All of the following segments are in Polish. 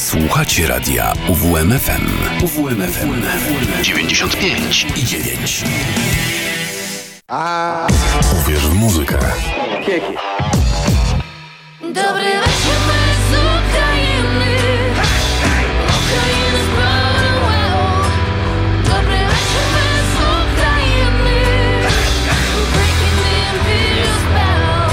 Słuchacie radia UWMFM. UWMFM 95,9. Uwierz w muzykę. Dobry wieczór, my z Ukrainy. Ukrainy z Broadway. Dobry wieczór, my z Ukrainy. Breaking the imperial spell.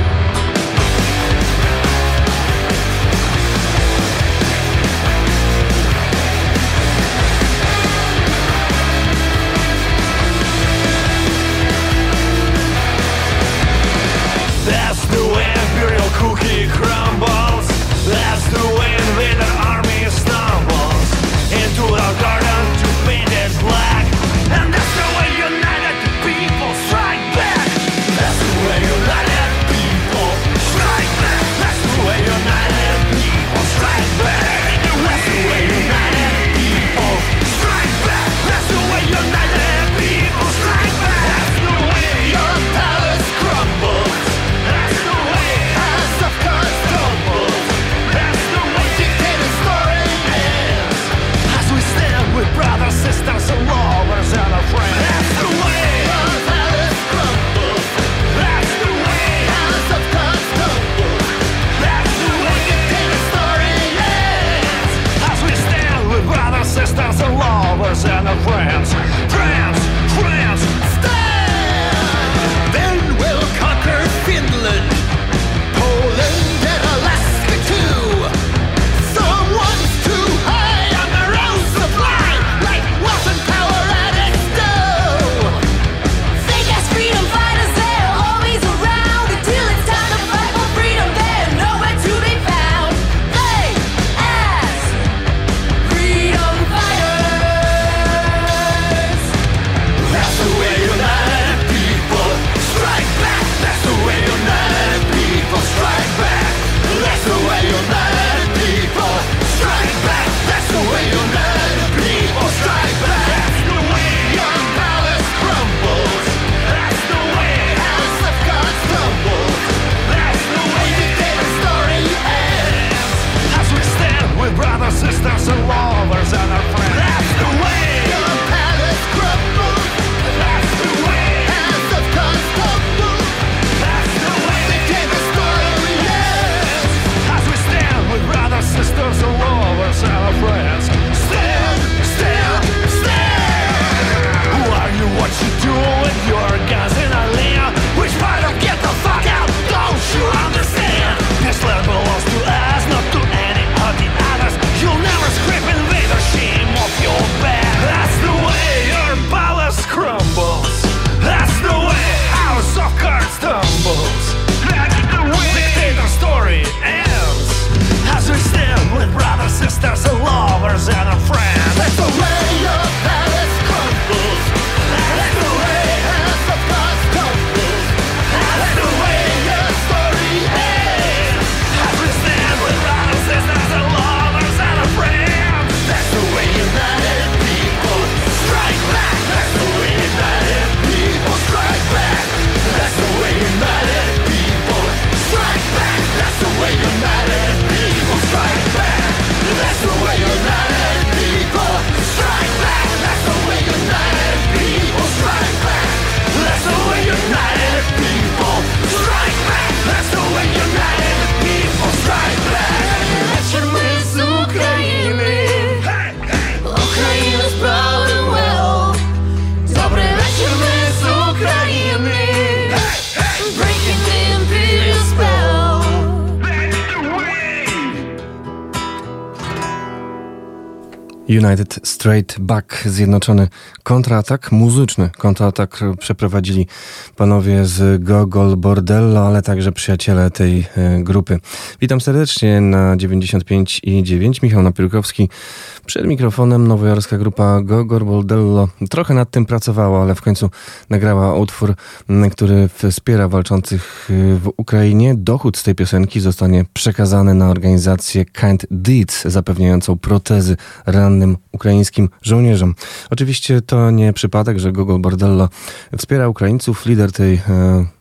That's the way imperial cookie crumbles. That's the way invader army stumbles into the garden to paint it black. And that's the way united people strike back. That's the way united people strike back. That's the way united people strike back. That's the way united people strike back. That's the way united people strike back. That's the way your palace crumbles. That's the way House of Cards tumbles. That's the way dictated story ends. As we stand with brothers, sisters, and lovers and our friends. That's the way your palace crumbles. That's the way House of Cards tumbles. That's the way dictated story ends. As we stand with brothers, sisters, and lovers and our friends. Friends, friends, stand! Then we'll conquer Finland, Poland, and Alaska too. Someone's too high on their own supply, like wealth and power at its due. Fake ass freedom fighters, they're always around. Until it's time to fight for freedom, they're nowhere to be found. Fake ass freedom fighters. That's the way united people strike back. That's the way united people strike back. That's the way united people strike back. That's the way united people strike back. That's the way your palace crumbles. That's the way House of Cards tumbles. That's the way dictated story ends. As we stand with brothers, sisters, and lovers and our friends. That's the way your palace crumbles. That's the way House of Cards tumbles. That's the way dictated story ends. As we stand with brothers, sisters, and lovers and our friends. Stand, stand, stand. Who are you? What you do with your guns in a lane? Which part of get the fuck out? Don't you understand? This land belongs to us, not to any of the others. You'll never scrape invader shame off your back. That's the way your palace crumbles. That's the way House of Cards tumbles. That's the way dictator story ends. As we stand with brothers, sisters, and lovers and our friends. That's the way your palace crumbles. That's the way House of Cards tumbles. That's the way your story ends. As we stand with brothers, sisters, and lovers and our friends. That's the way united people strike back. That's the way united people strike back. That's the way united people strike back. That's the way united people strike back. That's the way united people strike back. That's the way united people strike back. That's the way united people strike back. That's the way united people strike back. Вечір ми з України. Україна з Broadway. Добрий вечір, ми з України. Breaking the imperial spell. United Straight Back, zjednoczony kontratak, muzyczny kontratak przeprowadzili panowie z Gogol Bordello, ale także przyjaciele tej grupy. Witam serdecznie na 95,9. Michał Napierkowski przed mikrofonem. Nowojorska grupa Gogol Bordello trochę nad tym pracowała, ale w końcu nagrała utwór, który wspiera walczących w Ukrainie. Dochód z tej piosenki zostanie przekazany na organizację Kind Deeds, zapewniającą protezy rannym ukraińskim żołnierzom. Oczywiście to nie przypadek, że Gogol Bordello wspiera Ukraińców. Lider tej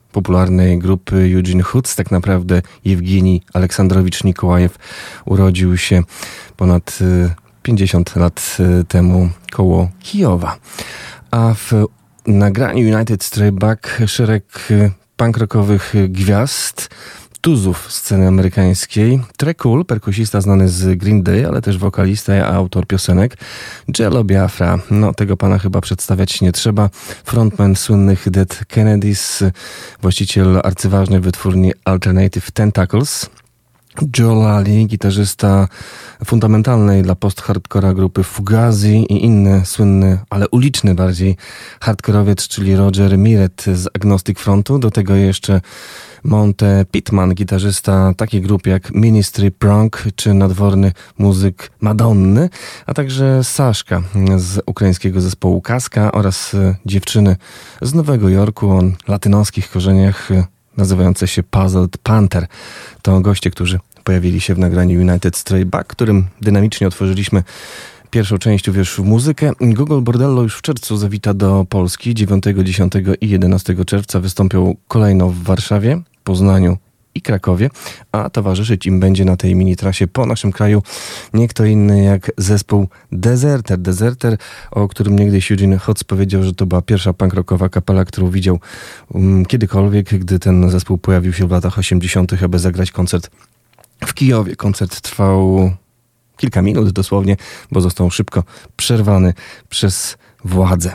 popularnej grupy Eugene Hoods. Tak naprawdę Jewgenij Aleksandrowicz Nikołajew urodził się ponad 50 lat temu koło Kijowa. A w nagraniu United Straight Back szereg punk rockowych gwiazd, tuzów sceny amerykańskiej. Trey Cool, perkusista znany z Green Day, ale też wokalista i autor piosenek. Jello Biafra, no tego pana chyba przedstawiać nie trzeba. Frontman słynnych Dead Kennedys, właściciel arcyważnej wytwórni Alternative Tentacles. Joe Lally, gitarzysta fundamentalnej dla post-hardcora grupy Fugazi i inny słynny, ale uliczny bardziej hardkorowiec, czyli Roger Miret z Agnostic Frontu. Do tego jeszcze Monte Pittman, gitarzysta takich grup jak Ministry, Prong czy nadworny muzyk Madonny, a także Saszka z ukraińskiego zespołu Kaska oraz dziewczyny z Nowego Jorku o latynoskich korzeniach nazywające się Puzzled Panther. To goście, którzy pojawili się w nagraniu United Straight Back, którym dynamicznie otworzyliśmy pierwszą część Uwierz w muzykę. Gogol Bordello już w czerwcu zawita do Polski. 9, 10 i 11 czerwca wystąpią kolejno w Warszawie, Poznaniu i Krakowie, a towarzyszyć im będzie na tej mini-trasie po naszym kraju nie kto inny jak zespół Deserter. Deserter, o którym niegdyś Eugene Hoods powiedział, że to była pierwsza punk rockowa kapela, którą widział kiedykolwiek, gdy ten zespół pojawił się w latach 80., aby zagrać koncert w Kijowie. Koncert trwał kilka minut dosłownie, bo został szybko przerwany przez władze.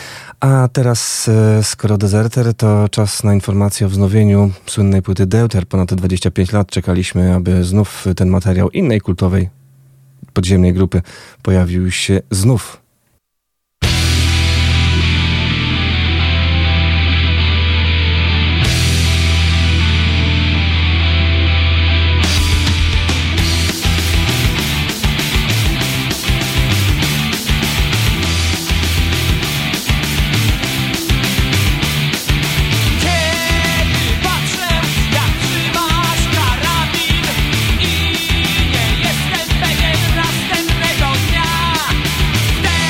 A teraz, skoro Deserter, to czas na informację o wznowieniu słynnej płyty Deuter. Ponad 25 lat czekaliśmy, aby znów ten materiał innej kultowej podziemnej grupy pojawił się znów. Następnego dnia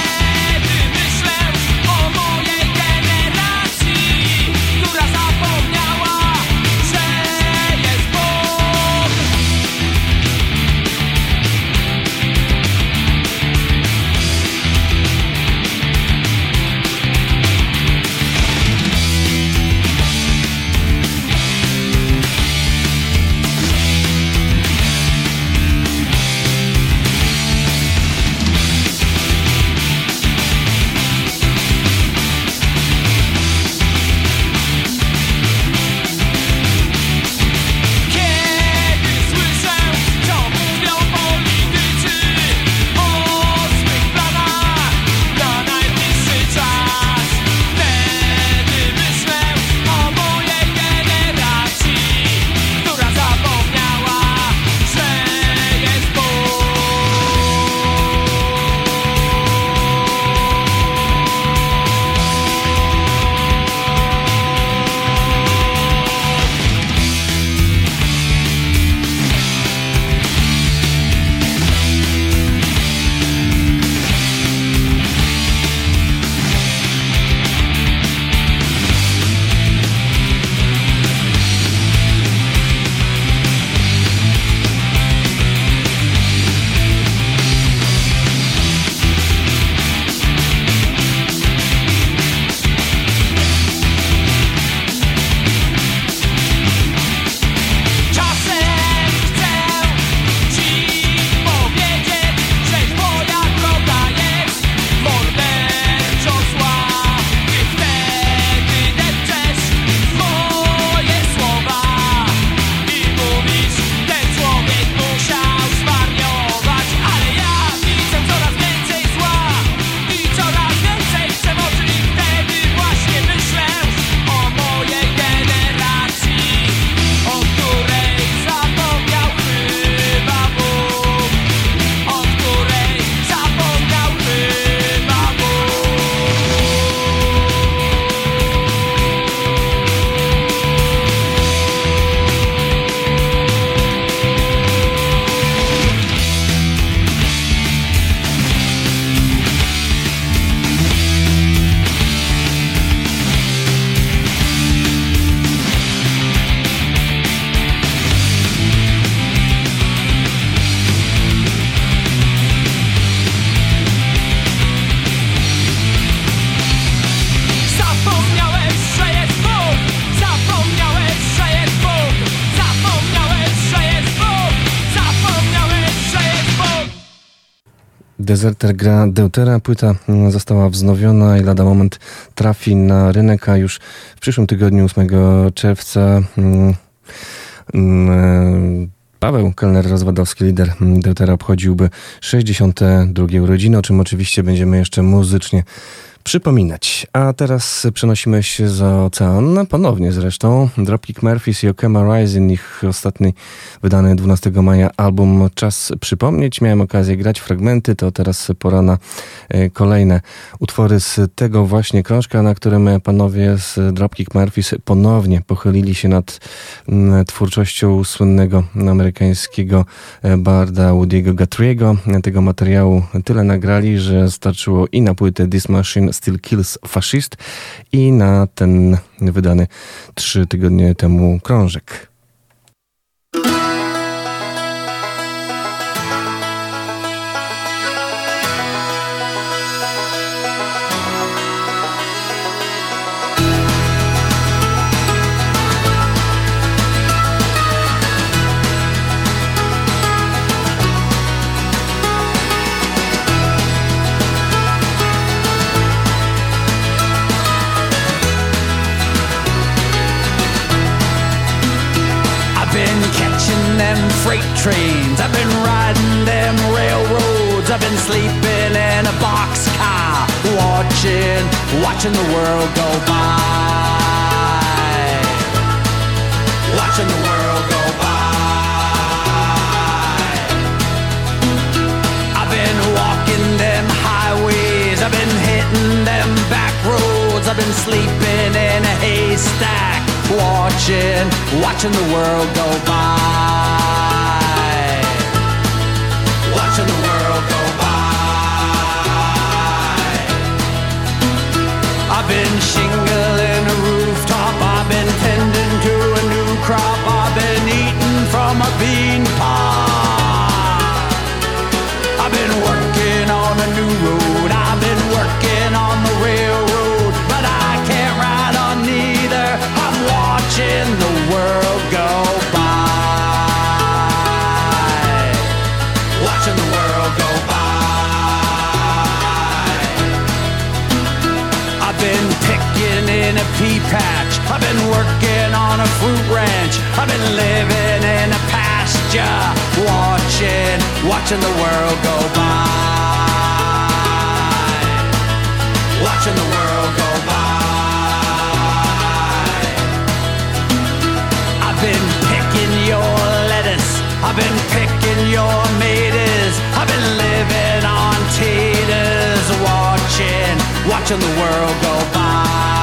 Deserter gra Deutera. Płyta została wznowiona i lada moment trafi na rynek, a już w przyszłym tygodniu, 8 czerwca, Paweł Kellner-Rozwadowski, lider Deutera, obchodziłby 62. urodziny, o czym oczywiście będziemy jeszcze muzycznie przypominać. A teraz przenosimy się za ocean, ponownie zresztą. Dropkick Murphys i Okema Rising, ich ostatni wydany 12 maja album Czas Przypomnieć. Miałem okazję grać fragmenty, to teraz pora na kolejne utwory z tego właśnie krążka, na którym panowie z Dropkick Murphys ponownie pochylili się nad twórczością słynnego amerykańskiego barda Woody'ego Guthrie'ego. Tego materiału tyle nagrali, że starczyło i na płytę This Machine Still Kills Fascist i na ten wydany 3 tygodnie temu krążek. Freight trains, I've been riding them railroads, I've been sleeping in a boxcar, watching the world go by, watching the world go by. I've been walking them highways, I've been hitting them back roads, I've been sleeping in a haystack, watching the world go by. Watching the world go by. I've been shingling a rooftop, I've been tending to a new crop, I've been eating from a bean pod. I've been working on a new road, I've been working on the railroad, but I can't ride on neither. I'm watching the world go by. Watching the world go by. I've been picking in a pea patch, I've been working on a fruit ranch, I've been living in a pasture, watching the world go by. Watching the world go by. I've been picking your lettuce, I've been picking your tomatoes, I've been living on taters, watching the world go by.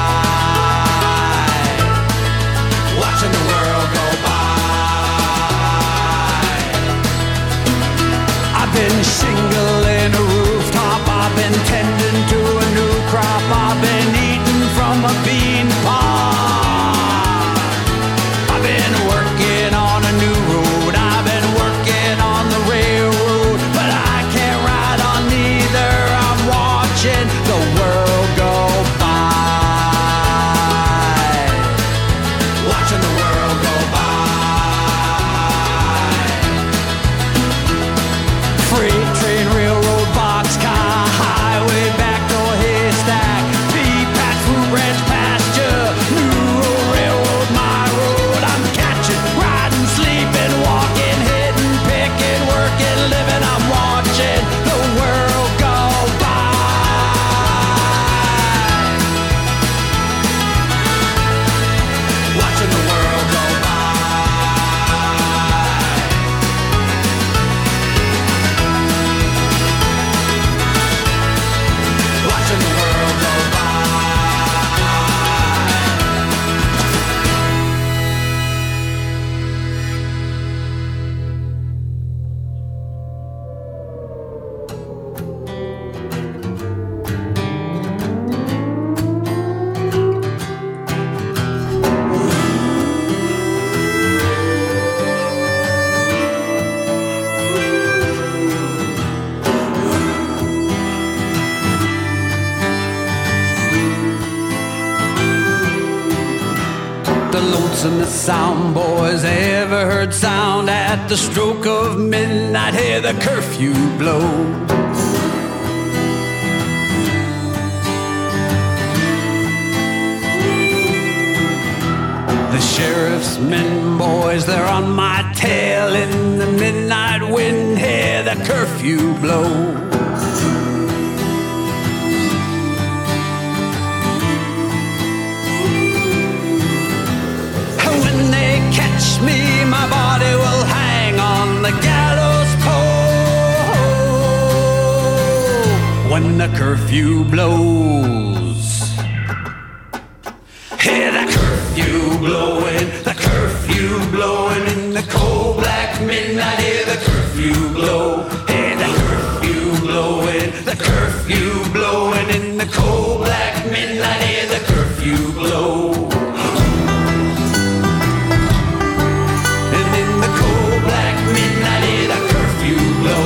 Watching the world go by. I've been shingling a rooftop, I've been tending to a new crop, I've been eating from a bean pod. I've been working on a new road, I've been working on the railroad, but I can't ride on neither. I'm watching the world go by. Watching the world go by. Freight train, railroad, boxcar, highway, back door, haystack, pea patch, fruit ranch, pasture, new road, railroad, my road. I'm catching, riding, sleeping, walking, hitting, picking, working, living. I'm watching the world go by. Watching the world go by. Watching the world go by. The lonesome the sound boys ever heard sound at the stroke of midnight. Hear the curfew blow. sheriff's men, boys, they're on my tail. In the midnight wind, hear the curfew blow. When they catch me, my body will hang on the gallows pole. When the curfew blows, hear the curfew blowing, the curfew blowing in the cold black midnight. Hear the curfew blow, hear the curfew blowing, the curfew blowing in the cold black midnight. Hear the curfew blow. Midnight, hear the curfew blow.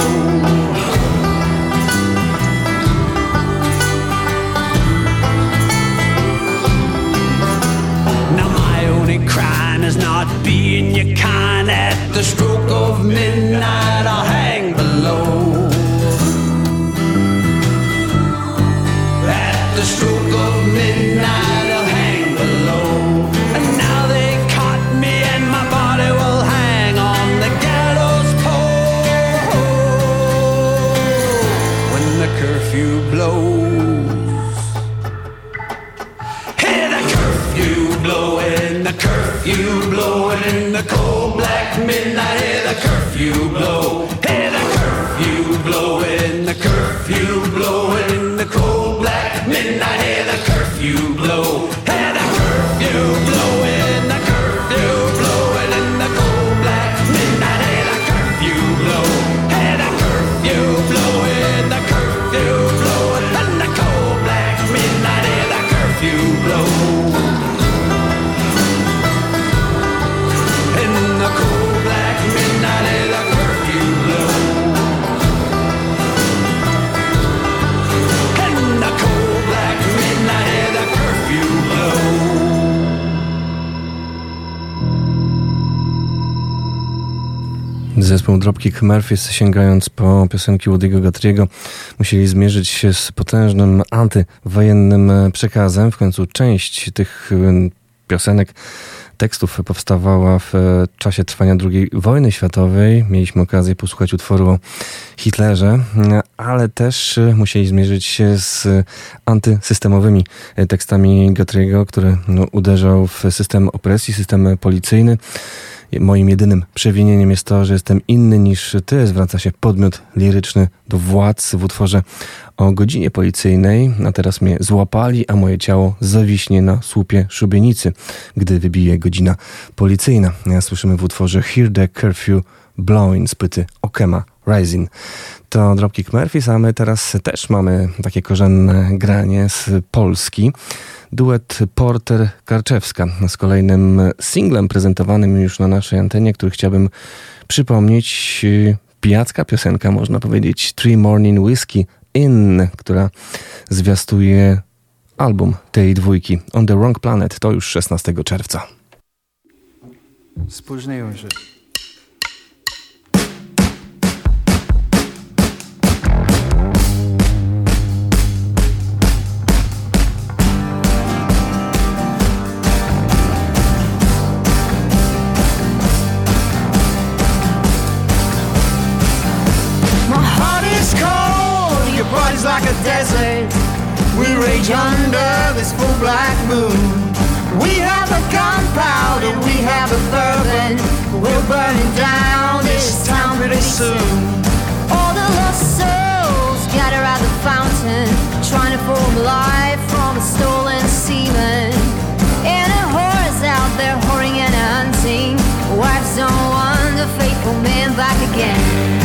Now my only crime is not being your kind. At the stroke of midnight I'll hang below. At the stroke of midnight I'll hang below. And now they caught me and my body will hang on the gallows pole. When the curfew blows, hear the curfew blowing, the curfew blowing in the cold black midnight. Hear the curfew blow, hear the curfew blowing, the curfew blowing in the cold black midnight. Hear the curfew blow, hear the curfew blowing, the curfew blowing in the cold black midnight. Hear the curfew blow, hear the curfew blowing, the curfew blowing in the cold black midnight. Hear the curfew blow. In the cold black midnight, hear the curfew blow. In the cold black midnight, hear the curfew blow. Zespół Dropkick Murphys, sięgając po piosenki Woody'ego Guthrie'ego, musieli zmierzyć się z potężnym antywojennym przekazem. W końcu część tych piosenek, tekstów powstawała w czasie trwania II wojny światowej. Mieliśmy okazję posłuchać utworu o Hitlerze, ale też musieli zmierzyć się z antysystemowymi tekstami Guthrie'ego, który uderzał w system opresji, system policyjny. Moim jedynym przewinieniem jest to, że jestem inny niż ty, zwraca się podmiot liryczny do władz w utworze o godzinie policyjnej. A teraz mnie złapali, a moje ciało zawiśnie na słupie szubienicy, gdy wybije godzina policyjna. Słyszymy w utworze Hear the Curfew Blowing z płyty Okema Rising. To Dropkick Murphys, a my teraz też mamy takie korzenne granie z Polski. Duet Porter-Karczewska z kolejnym singlem prezentowanym już na naszej antenie, który chciałbym przypomnieć. Pijacka piosenka, można powiedzieć, 3 Morning Whiskey Inn, która zwiastuje album tej dwójki On the Wrong Planet. To już 16 czerwca. Spóźniłem się. Body's like a desert. We rage under this full black moon. We have a gunpowder, we have a bourbon. We're burning down this town pretty soon. All the lost souls gather at the fountain, trying to form life from a stolen semen. And a whore's out there whoring and hunting. Wives don't want the faithful man back again.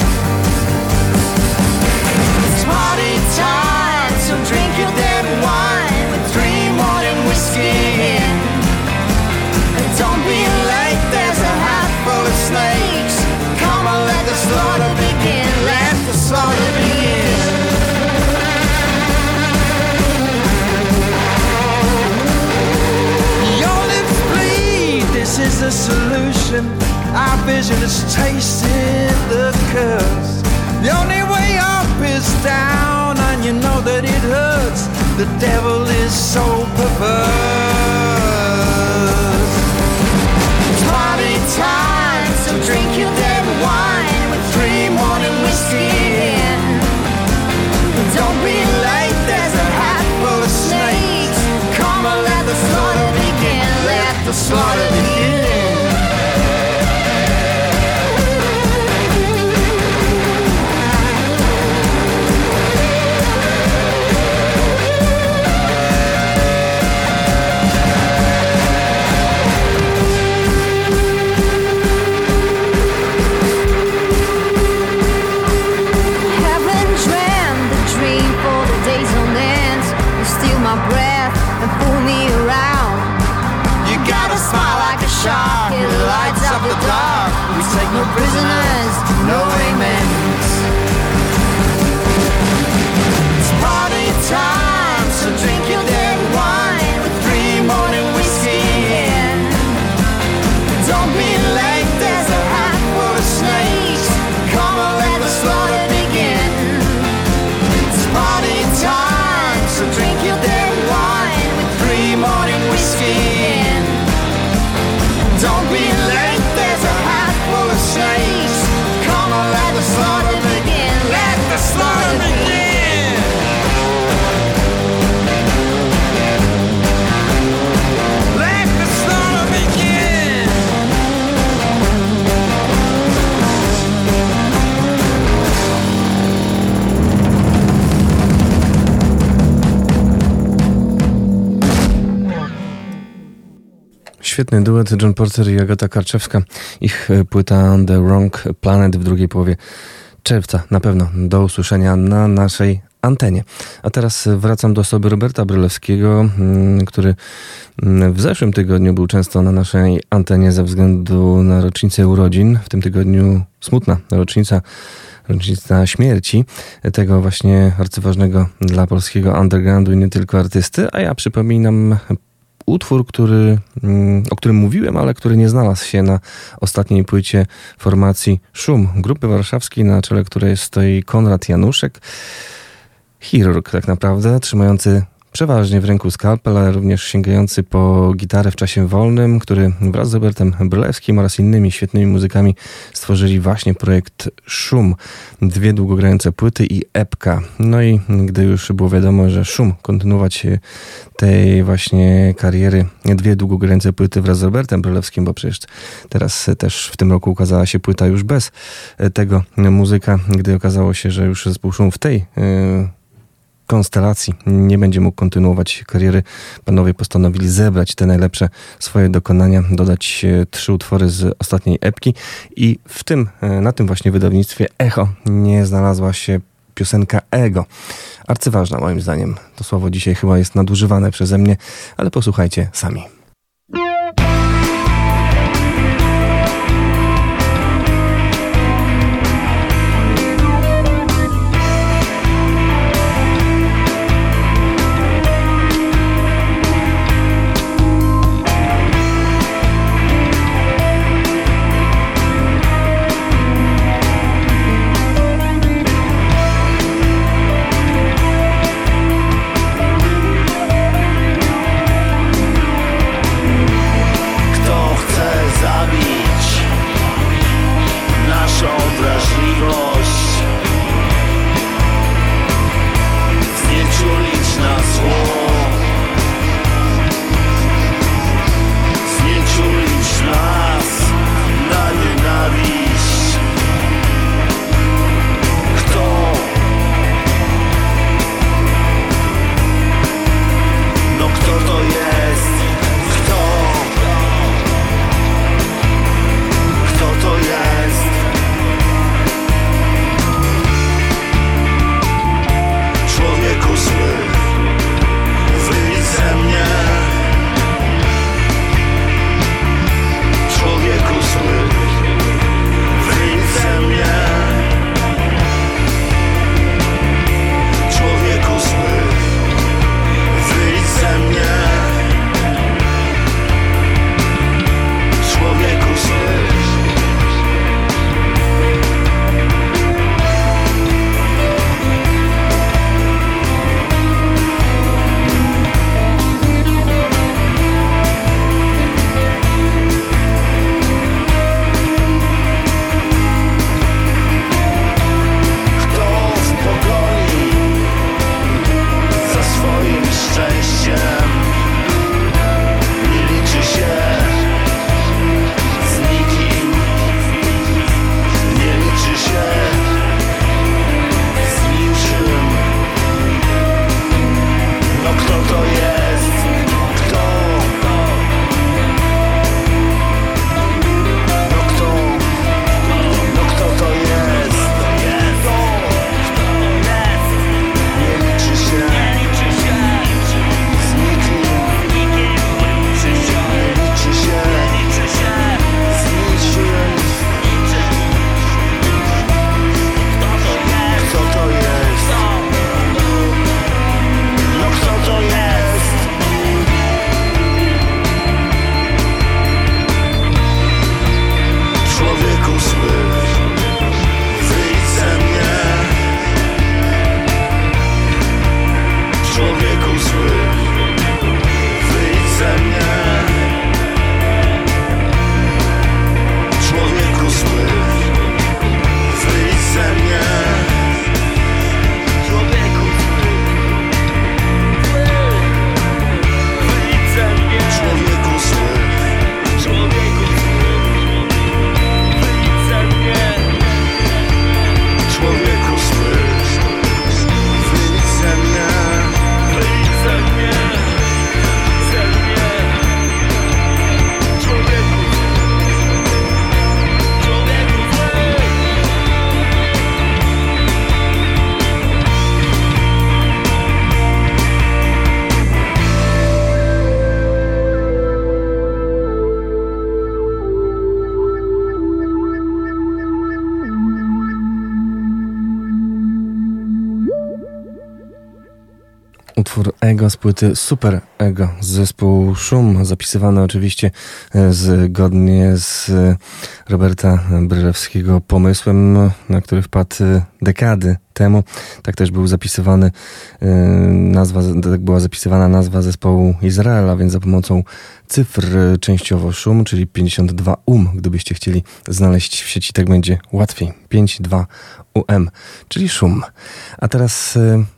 Party time, so drink your dead wine with 3 morning whiskey in. And don't be late, there's a hat full of snakes. Come on, let the slaughter begin, let the slaughter begin. Your lips bleed, this is the solution. Our vision is tasting the curse. The only way up is down, and you know that it hurts. The devil is so perverse. prisoners, no amens. It's party time, so drink your dead wine with 3 morning whiskey in. Don't be late, there's a hat full of snakes. Come on, let the slaughter begin. It's party time, so drink your dead wine with 3 morning whiskey in. Don't be late, there's a hat full of snakes. Come on, let the slaughter begin. Let the slaughter begin. Let the slaughter begin. Świetny duet, John Porter i Agata Karczewska. Ich płyta The Wrong Planet w drugiej połowie czerwca. Na pewno do usłyszenia na naszej antenie. A teraz wracam do osoby Roberta Brylewskiego, który w zeszłym tygodniu był często na naszej antenie ze względu na rocznicę urodzin. W tym tygodniu smutna rocznica śmierci tego właśnie arcyważnego dla polskiego undergroundu i nie tylko artysty. A ja przypominam utwór, o którym mówiłem, ale który nie znalazł się na ostatniej płycie formacji Szum, grupy warszawskiej, na czele której stoi Konrad Januszek, chirurg tak naprawdę, trzymający przeważnie w ręku skalpel, ale również sięgający po gitarę w czasie wolnym, który wraz z Robertem Brylewskim oraz innymi świetnymi muzykami stworzyli właśnie projekt Szum. 2 długogrające płyty i epka. No i gdy już było wiadomo, że Szum kontynuować tej właśnie kariery, 2 długogrające płyty wraz z Robertem Brylewskim, bo przecież teraz też w tym roku ukazała się płyta już bez tego muzyka, gdy okazało się, że już zespół Szum w tej konstelacji nie będzie mógł kontynuować kariery. Panowie postanowili zebrać te najlepsze swoje dokonania, dodać 3 utwory z ostatniej epki i na tym właśnie wydawnictwie Echo nie znalazła się piosenka Ego. Arcyważna moim zdaniem. To słowo dzisiaj chyba jest nadużywane przeze mnie, ale posłuchajcie sami. It's Utwór Ego z płyty Super Ego z zespołu Szum, zapisywany oczywiście zgodnie z Roberta Brylewskiego pomysłem, na który wpadł dekady temu. Tak też był zapisywany tak była zapisywana nazwa zespołu Izraela, więc za pomocą cyfr częściowo Szum, czyli 52 gdybyście chcieli znaleźć w sieci, tak będzie łatwiej. 52 czyli Szum. A teraz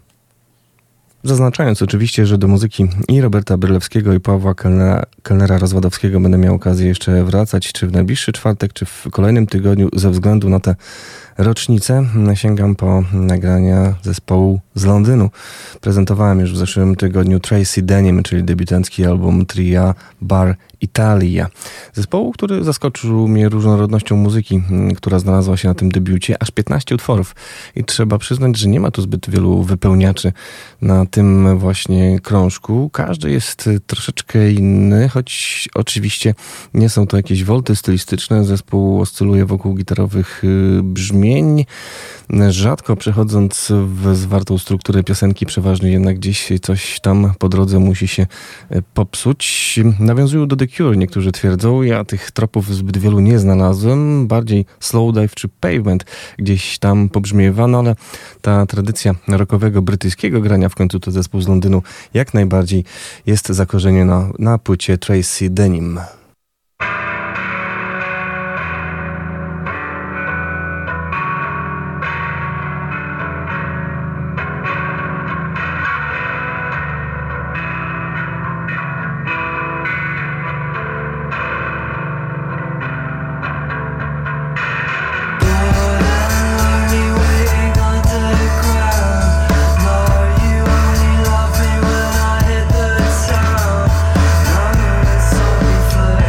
zaznaczając oczywiście, że do muzyki i Roberta Brylewskiego, i Pawła Kellnera-Rozwadowskiego będę miał okazję jeszcze wracać, czy w najbliższy czwartek, czy w kolejnym tygodniu, ze względu na te rocznice, sięgam po nagrania zespołu z Londynu. Prezentowałem już w zeszłym tygodniu Tracy Denim, czyli debiutancki album Tria Bar Italia. Zespołu, który zaskoczył mnie różnorodnością muzyki, która znalazła się na tym debiucie. Aż 15 utworów. I trzeba przyznać, że nie ma tu zbyt wielu wypełniaczy na tym właśnie krążku. Każdy jest troszeczkę inny, choć oczywiście nie są to jakieś wolty stylistyczne. Zespół oscyluje wokół gitarowych brzmień, rzadko przechodząc w zwartą strukturę piosenki, przeważnie jednak gdzieś coś tam po drodze musi się popsuć. Nawiązują do The Cure, niektórzy twierdzą. Ja tych tropów zbyt wielu nie znalazłem. Bardziej Slowdive czy Pavement gdzieś tam pobrzmiewa, no ale ta tradycja rockowego brytyjskiego grania, w końcu to zespół z Londynu, jak najbardziej jest zakorzeniona na płycie Tracy Denim. Fly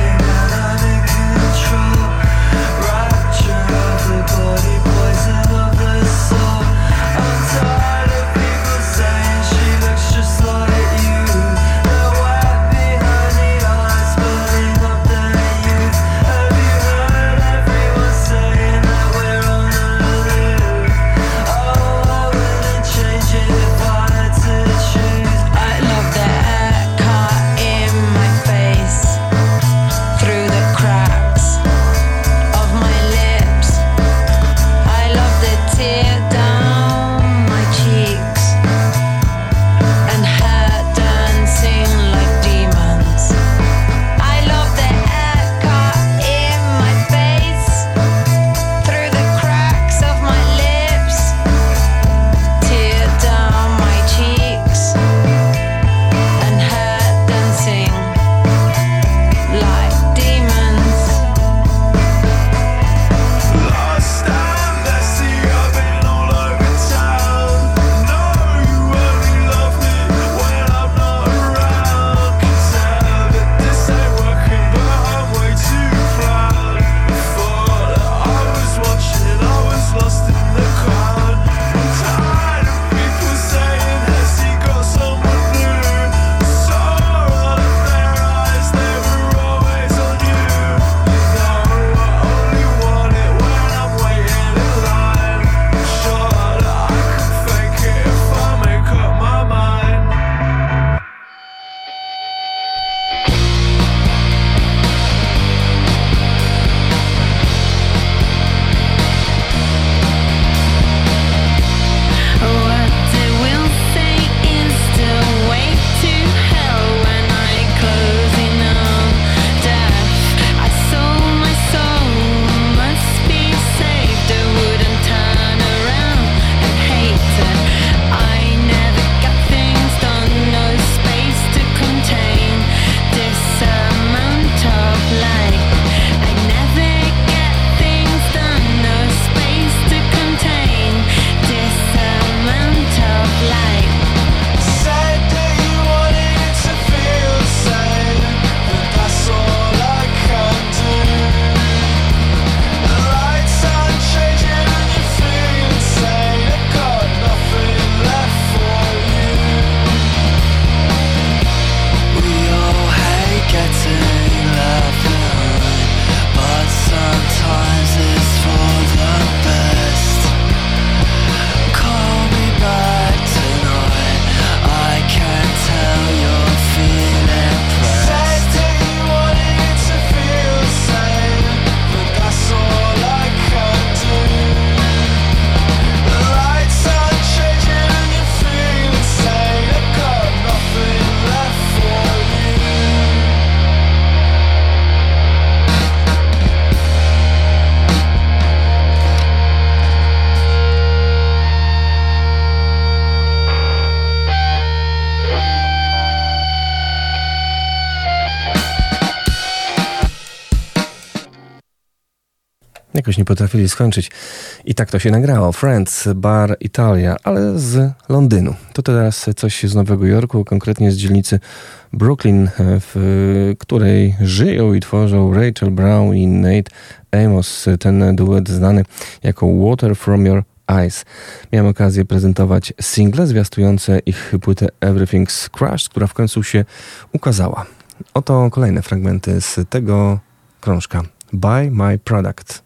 jakoś nie potrafili skończyć. I tak to się nagrało. Friends, Bar Italia, ale z Londynu. To teraz coś z Nowego Jorku, konkretnie z dzielnicy Brooklyn, w której żyją i tworzą Rachel Brown i Nate Amos. Ten duet znany jako Water From Your Eyes. Miałem okazję prezentować single zwiastujące ich płytę Everything's Crushed, która w końcu się ukazała. Oto kolejne fragmenty z tego krążka. Buy My Product.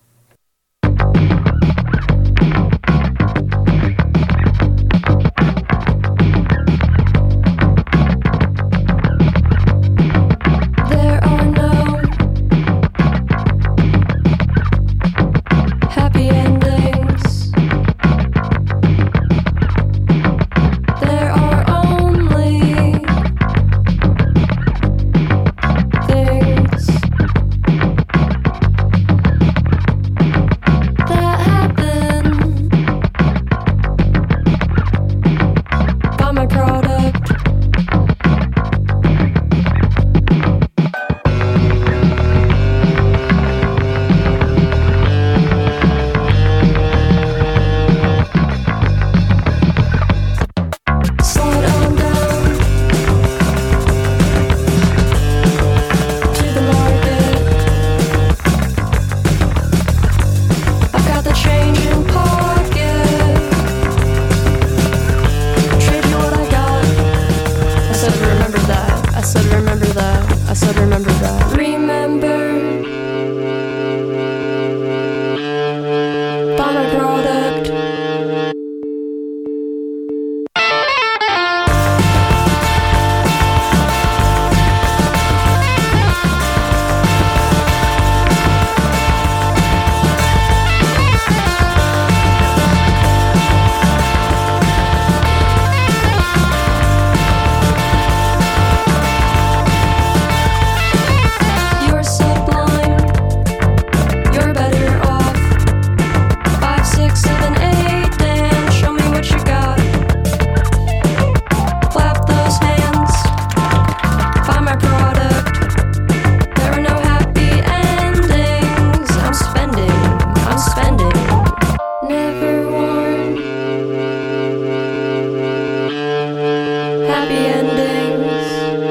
There are no happy endings. There are only things that happen. Buy my product. Slow it on down to the market. I've got the change in pocket. Trade you what I got. I said remember that. I said remember that. I said remember that. Remember. Buy my product. You're sublime. You're better off. 5, 6, 7, 8, and show me what you got. Clap those hands. Buy my product. There are no happy endings. I'm spending. Never worn. Happy endings.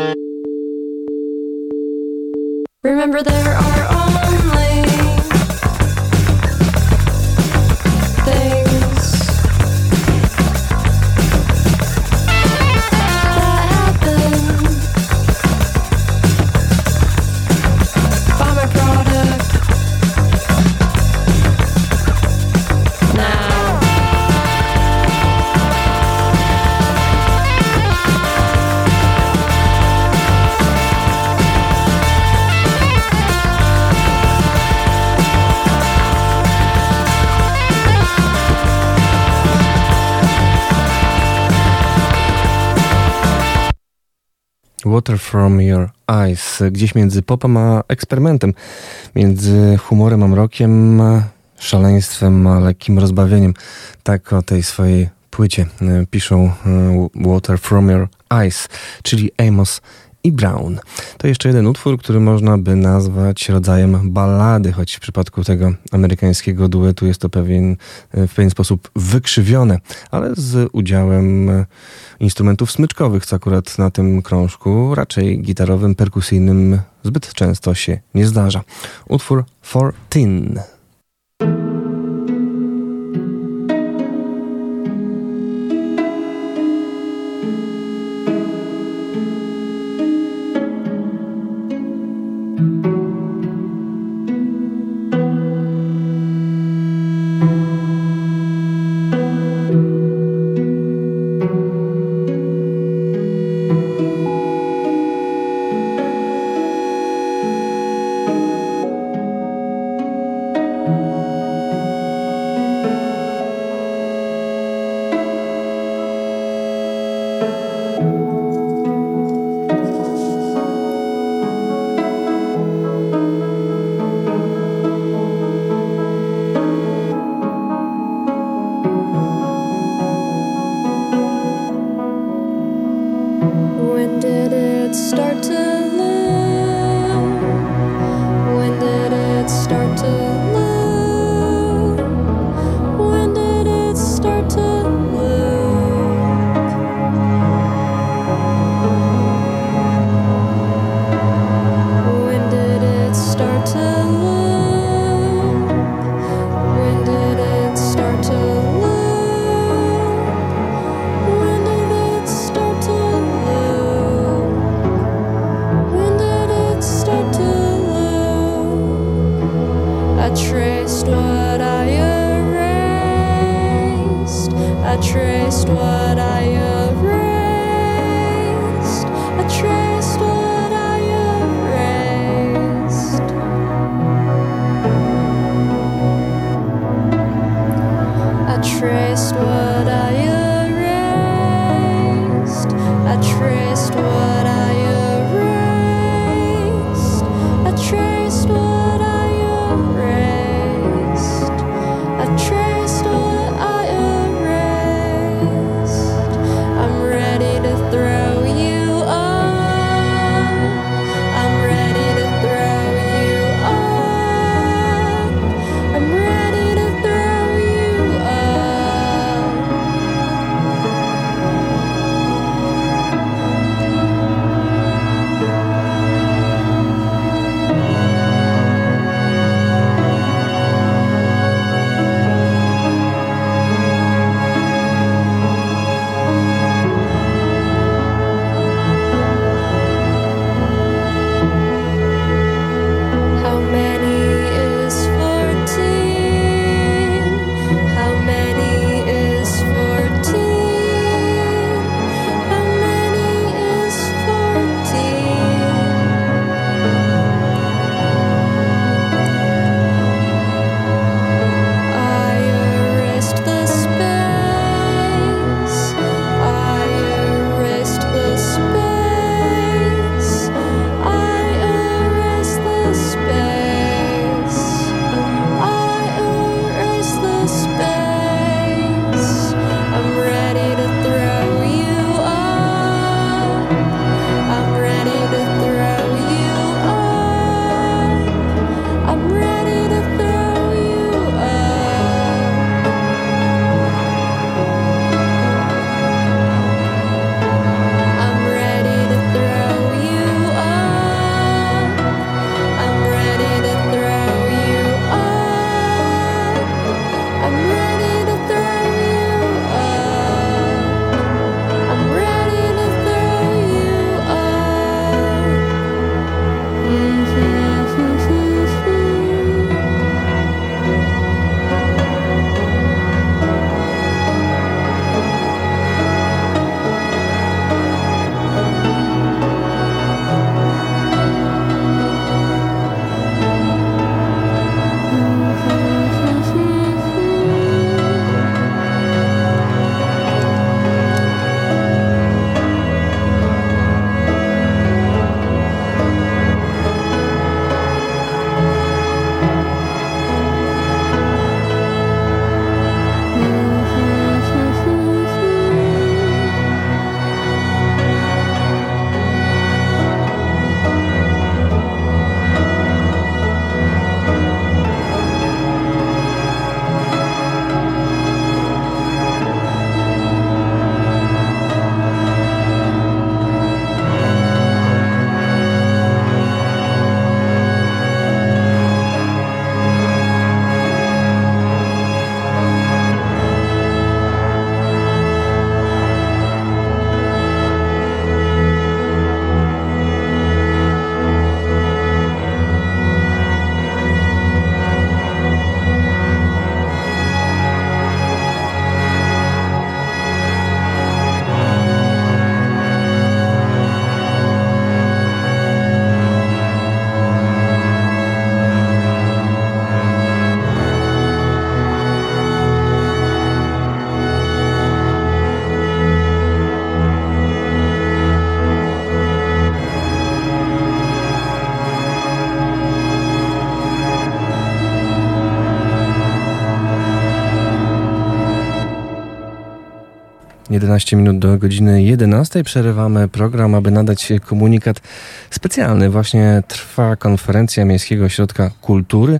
Remember there are only things that happen. Buy my product now. Water From Your Eyes. Gdzieś między popem a eksperymentem. Między humorem a mrokiem, szaleństwem a lekkim rozbawieniem. Tak o tej swojej płycie piszą Water From Your Eyes, czyli Amos i Brown. To jeszcze jeden utwór, który można by nazwać rodzajem ballady, choć w przypadku tego amerykańskiego duetu jest to w pewien sposób wykrzywione, ale z udziałem instrumentów smyczkowych, co akurat na tym krążku, raczej gitarowym, perkusyjnym, zbyt często się nie zdarza. Utwór 14. I traced what I erased. I traced what I erased. I traced what I erased. I traced what I erased. I traced what I erased. I traced what I erased. I'm ready to throw you up. I'm ready to throw you up. I'm ready to throw you up. How many is 14? How many is 14? How many is 14? I erased the space. I erased the space. I erased the space. I erased the space. I'm ready to throw you up. I'm ready to throw you up. I'm ready to throw you up. I'm ready to throw you up. I'm ready to throw you up. I'm ready to throw you up. I'm ready to throw you Jedenaście minut do godziny 11. Przerywamy program, aby nadać komunikat specjalny. Właśnie trwa konferencja Miejskiego Ośrodka Kultury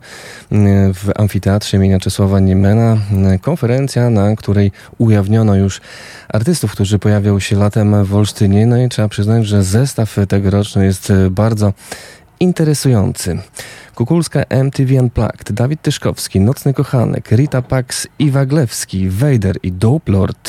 w Amfiteatrze imienia Czesława Niemena. Konferencja, na której ujawniono już artystów, którzy pojawią się latem w Olsztynie. No i trzeba przyznać, że zestaw tegoroczny jest bardzo interesujący. Kukulska, MTV Unplugged, Dawid Tyszkowski, Nocny Kochanek, Rita Pax, Iwa Glewski, Vader i Dope Lord,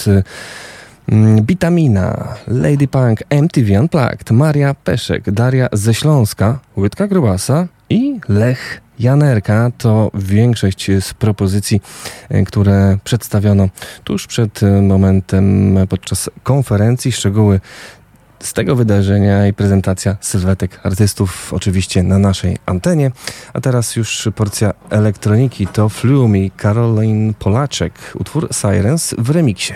Bitamina, Lady Punk, MTV Unplugged, Maria Peszek, Daria ze Śląska, Łydka Grubasa i Lech Janerka to większość z propozycji, które przedstawiono tuż przed momentem podczas konferencji. Szczegóły z tego wydarzenia i prezentacja sylwetek artystów oczywiście na naszej antenie. A teraz już porcja elektroniki. To Flew Me, Caroline Polaczek, utwór Sirens w remiksie.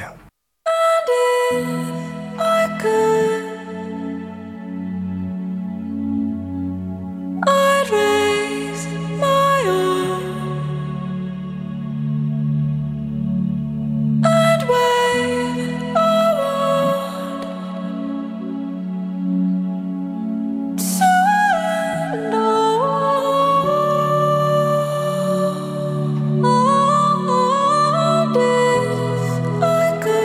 I could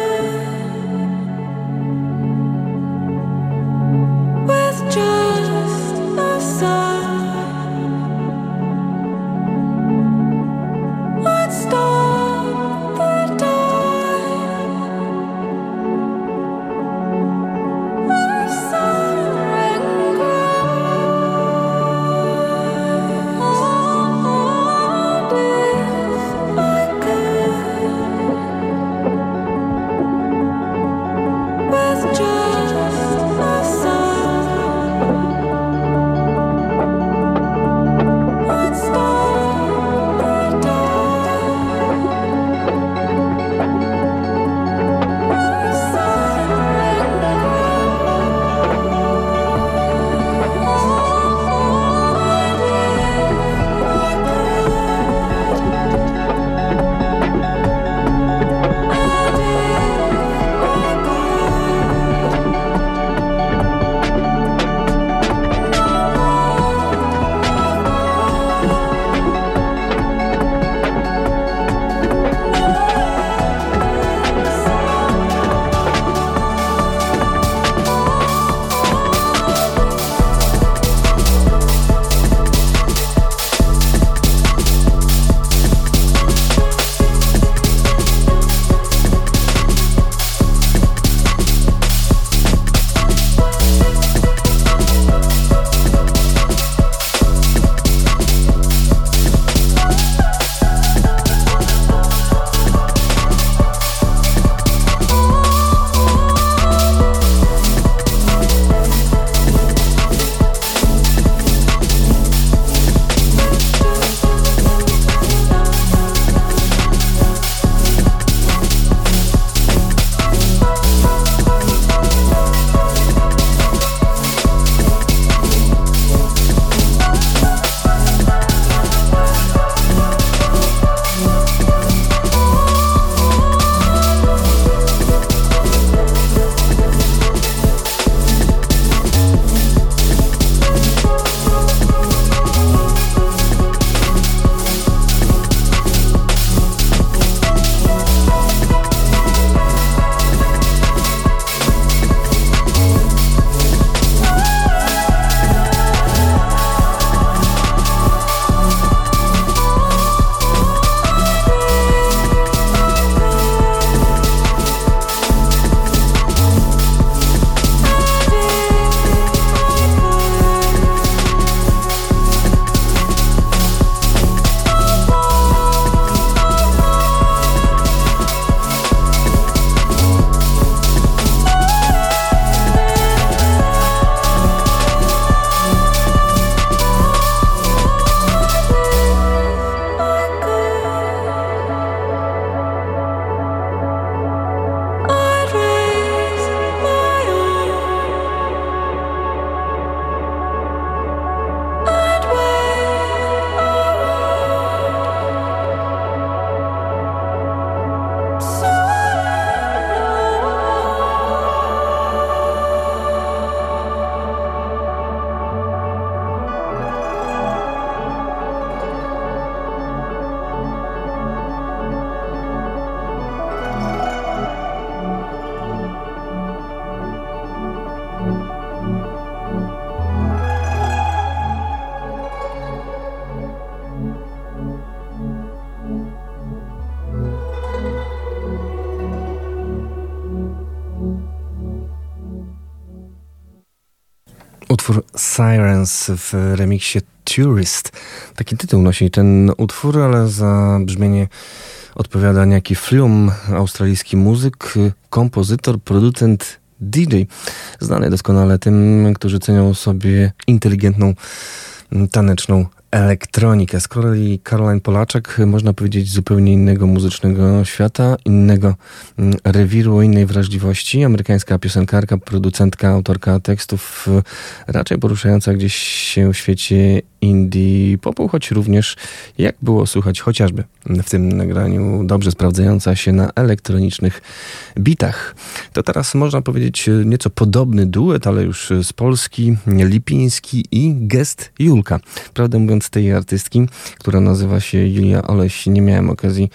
Utwór Sirens w remiksie Tourist. Taki tytuł nosi ten utwór, ale za brzmienie odpowiada niejaki Flume, australijski muzyk, kompozytor, producent, DJ. Znany doskonale tym, którzy cenią sobie inteligentną, taneczną elektronikę. Z kolei Caroline Polaczek, można powiedzieć, zupełnie innego muzycznego świata, innego rewiru, innej wrażliwości. Amerykańska piosenkarka, producentka, autorka tekstów, raczej poruszająca gdzieś się w świecie indie popu, choć również, jak było słuchać chociażby w tym nagraniu, dobrze sprawdzająca się na elektronicznych bitach. To teraz można powiedzieć nieco podobny duet, ale już z Polski, Lipiński i Gest Julka. Prawdę mówiąc, tej artystki, która nazywa się Julia Oleś, nie miałem okazji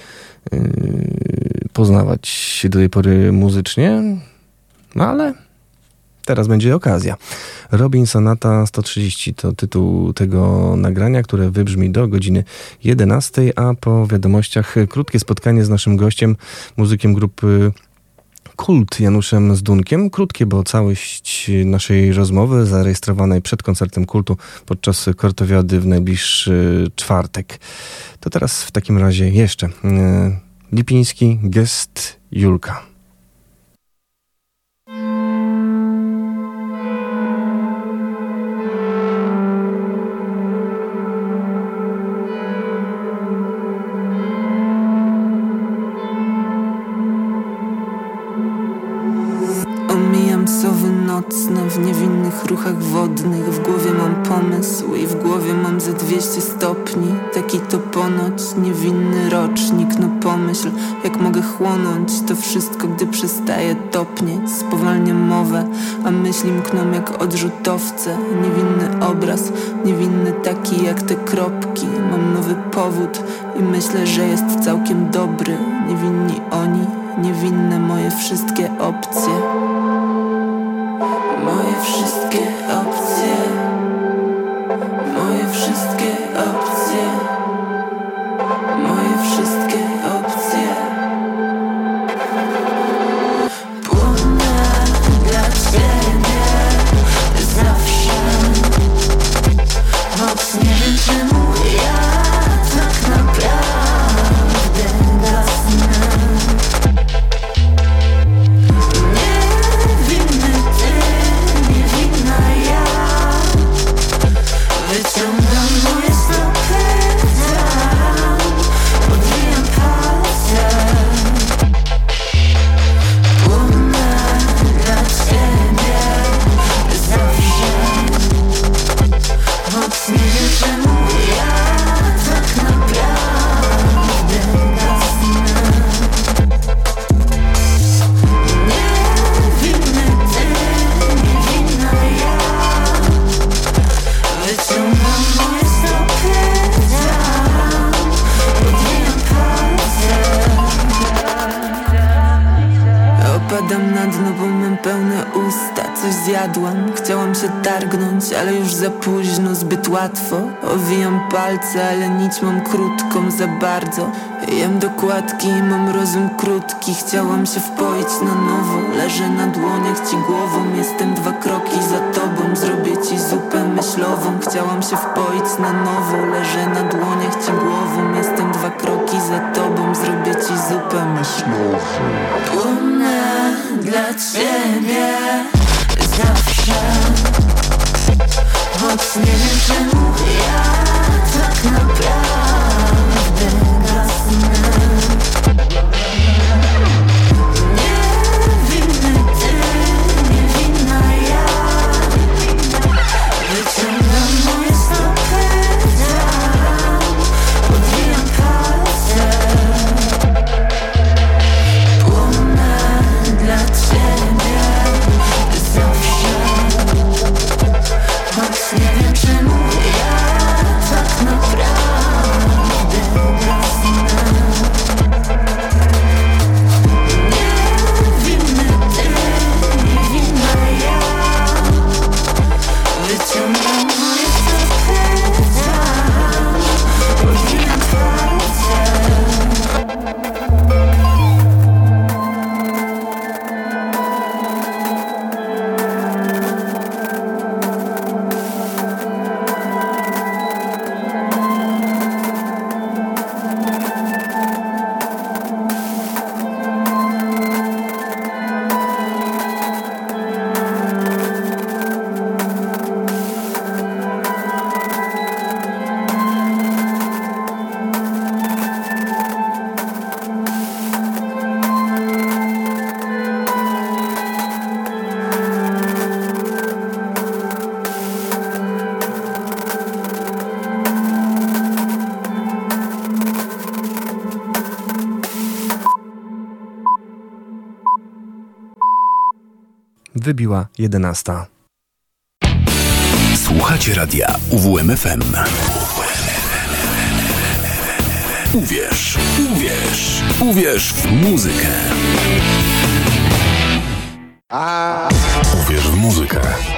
poznawać do tej pory muzycznie, ale teraz będzie okazja. Robin Sonata 130 to tytuł tego nagrania, które wybrzmi do godziny 11, a po wiadomościach krótkie spotkanie z naszym gościem, muzykiem grupy Kult, Januszem Zdunkiem. Krótkie, bo całość naszej rozmowy zarejestrowanej przed koncertem Kultu podczas Kortowiady w najbliższy czwartek. To teraz w takim razie jeszcze Lipiński, Gest Julka. Sowy nocne w niewinnych ruchach wodnych. W głowie mam pomysł i w głowie mam ze 200 stopni. Taki to ponoć niewinny rocznik. No pomyśl, jak mogę chłonąć to wszystko, gdy przestaje topnieć. Spowalniam mowę, a myśli mkną jak odrzutowce. Niewinny obraz, niewinny taki jak te kropki. Mam nowy powód i myślę, że jest całkiem dobry. Niewinni oni, niewinne moje wszystkie opcje. Moje wszystkie opcje, moje wszystkie opcje, moje wszystkie opcje. Płynę dla ciebie zawsze, choć nie wiem czemu ja tak naprawdę gasnę. Wyciągam moje stopy tam, podwijam palce. Płynę dla ciebie zawsze, choć nie wiem czemu ja tak naprawdę gasnę. Niewinny ty, niewinna ja. Wyciągam moje stopy tam, podwijam palce. Opadam na dno, bo mam pełne usta. Coś zjadłam, chciałam się targnąć, ale już za późno, zbyt łatwo. Owijam palce, ale nić mam krótką za bardzo. Jem dokładki i mam rozum krótki. Chciałam się wpoić na nowo. Leżę na dłoniach ci głową. Jestem 2 kroki za tobą. Zrobię ci zupę myślową. Chciałam się wpoić na nowo. Leżę na dłoniach ci głową. Jestem 2 kroki za tobą. Zrobię ci zupę myślową. Płynę dla ciebie zawsze, choć nie wiem czemu ja tak naprawdę gasnę. Niewinny ty, niewinna ja. Wyciągam moje stopy tam, podwijam palce. Płynę dla ciebie zawsze, choć nie wiem czemu ja tak naprawdę wybiła 11. Słuchacie radia UWMFM. Uwierz, uwierz, uwierz w muzykę. Uwierz w muzykę.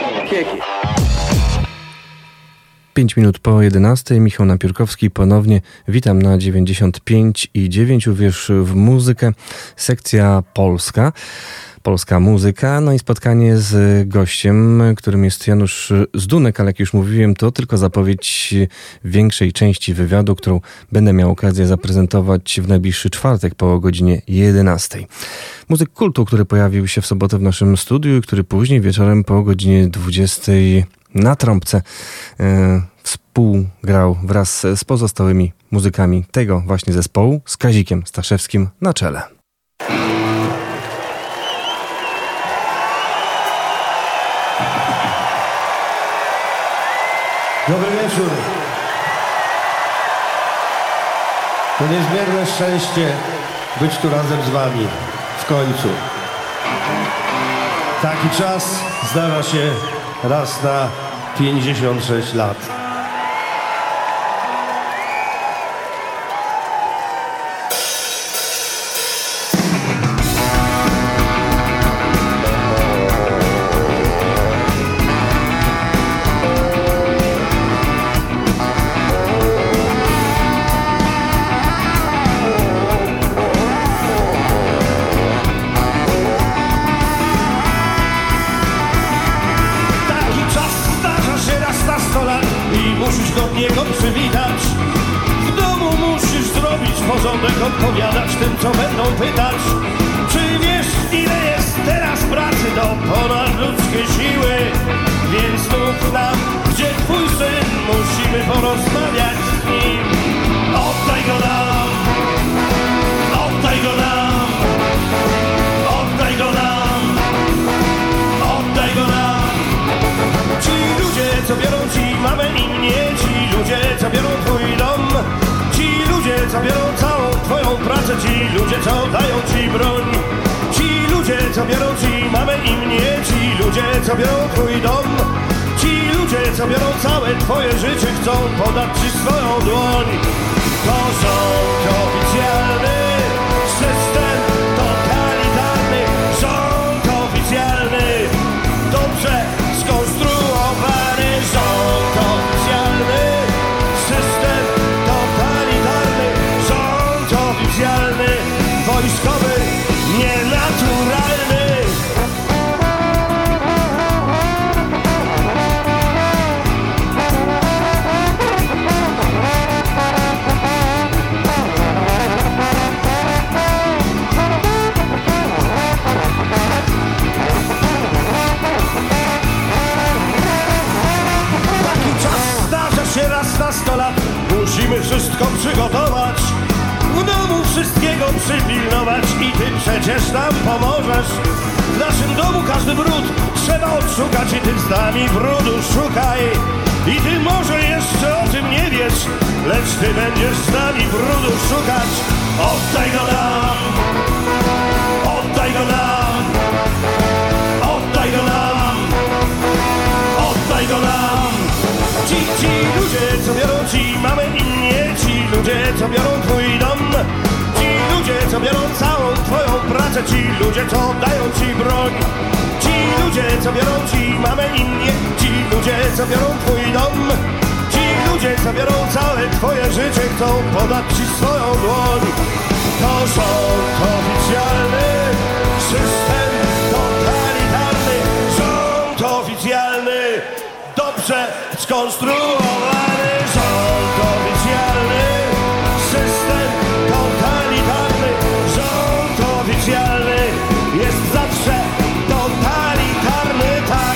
5 minut po 11. Michał Napiórkowski ponownie. Witam na 95,9. Uwierz w muzykę. Sekcja polska. Polska muzyka, no i spotkanie z gościem, którym jest Janusz Zdunek, ale jak już mówiłem, to tylko zapowiedź większej części wywiadu, którą będę miał okazję zaprezentować w najbliższy czwartek po godzinie 11. Muzyk kultu, który pojawił się w sobotę w naszym studiu i który później wieczorem po godzinie 20 na trąbce współgrał wraz z pozostałymi muzykami tego właśnie zespołu, z Kazikiem Staszewskim na czele. Dobry wieczór. To niezmierne szczęście być tu razem z wami w końcu. Taki czas zdarza się raz na 56 lat. Odpowiadać tym, co będą pytać. Czy wiesz, ile jest teraz pracy do ponadludzkie siły? Więc mów nam, gdzie twój syn, musimy porozmawiać z nim. Oddaj go nam, oddaj go nam, oddaj go nam, oddaj go nam. Ci ludzie, co biorą ci mamę i mnie, ci ludzie, co biorą twój dom, ci ludzie, co biorą całą twoją pracę, ci ludzie, co dają ci broń, ci ludzie, co biorą ci mamę i mnie, ci ludzie, co biorą twój dom, ci ludzie, co biorą całe twoje życie, chcą podać ci swoją dłoń. To rząd oficjalny, system totalitarny, rząd oficjalny, dobrze skonstruowany rząd oficjalny, system totalitarny, rząd oficjalny, wojskowy, nienaturalny. Taki czas zdarza się raz na 100 lat. Musimy wszystko przygotować, w domu wszystkiego przypilnować i ty przecież nam pomożesz. W naszym domu każdy brud trzeba odszukać i ty z nami brudu szukaj. I ty może jeszcze o tym nie wiesz, lecz ty będziesz z nami brudu szukać. Oddaj go nam, oddaj go nam, oddaj go nam, oddaj go nam. Ci ludzie, co biorą ci mamę i mnie, ci ludzie, co biorą twój dom, ci ludzie, co biorą całą twoją pracę, ci ludzie, co dają ci broń, ci ludzie, co biorą ci mamę i mnie, ci ludzie, co biorą twój dom, ci ludzie, co biorą całe twoje życie, chcą podać ci swoją dłoń. To rząd oficjalny, system totalitarny, rząd oficjalny, dobrze skonstruowany rząd oficjalny, system totalitarny, rząd oficjalny jest zawsze totalitarny, tak.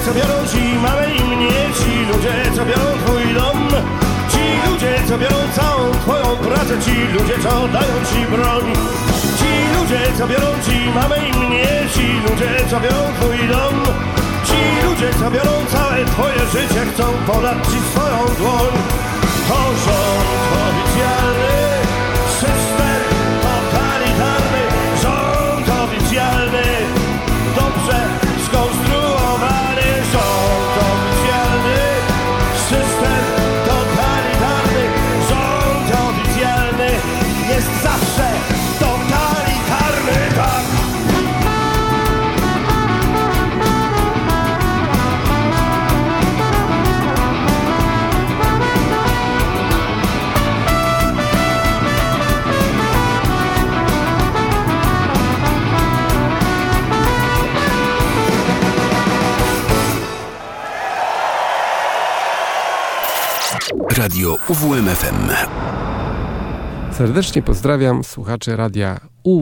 co biorą ci mamę i mnie, ci ludzie, co biorą twój dom, ci ludzie, co biorą całą twoją pracę, ci ludzie, co dają ci broń, ci ludzie, co biorą ci mamę i mnie, ci ludzie, co biorą twój dom, ci ludzie, co biorą całe twoje życie, chcą podać ci swoją dłoń. To rząd oficjalny, system totalitarny, rząd oficjalny, dobrze skonstruowany rząd oficjalny, system totalitarny, rząd oficjalny jest zawsze totalitarny, tak. Radio UWMFM. Serdecznie pozdrawiam słuchaczy radia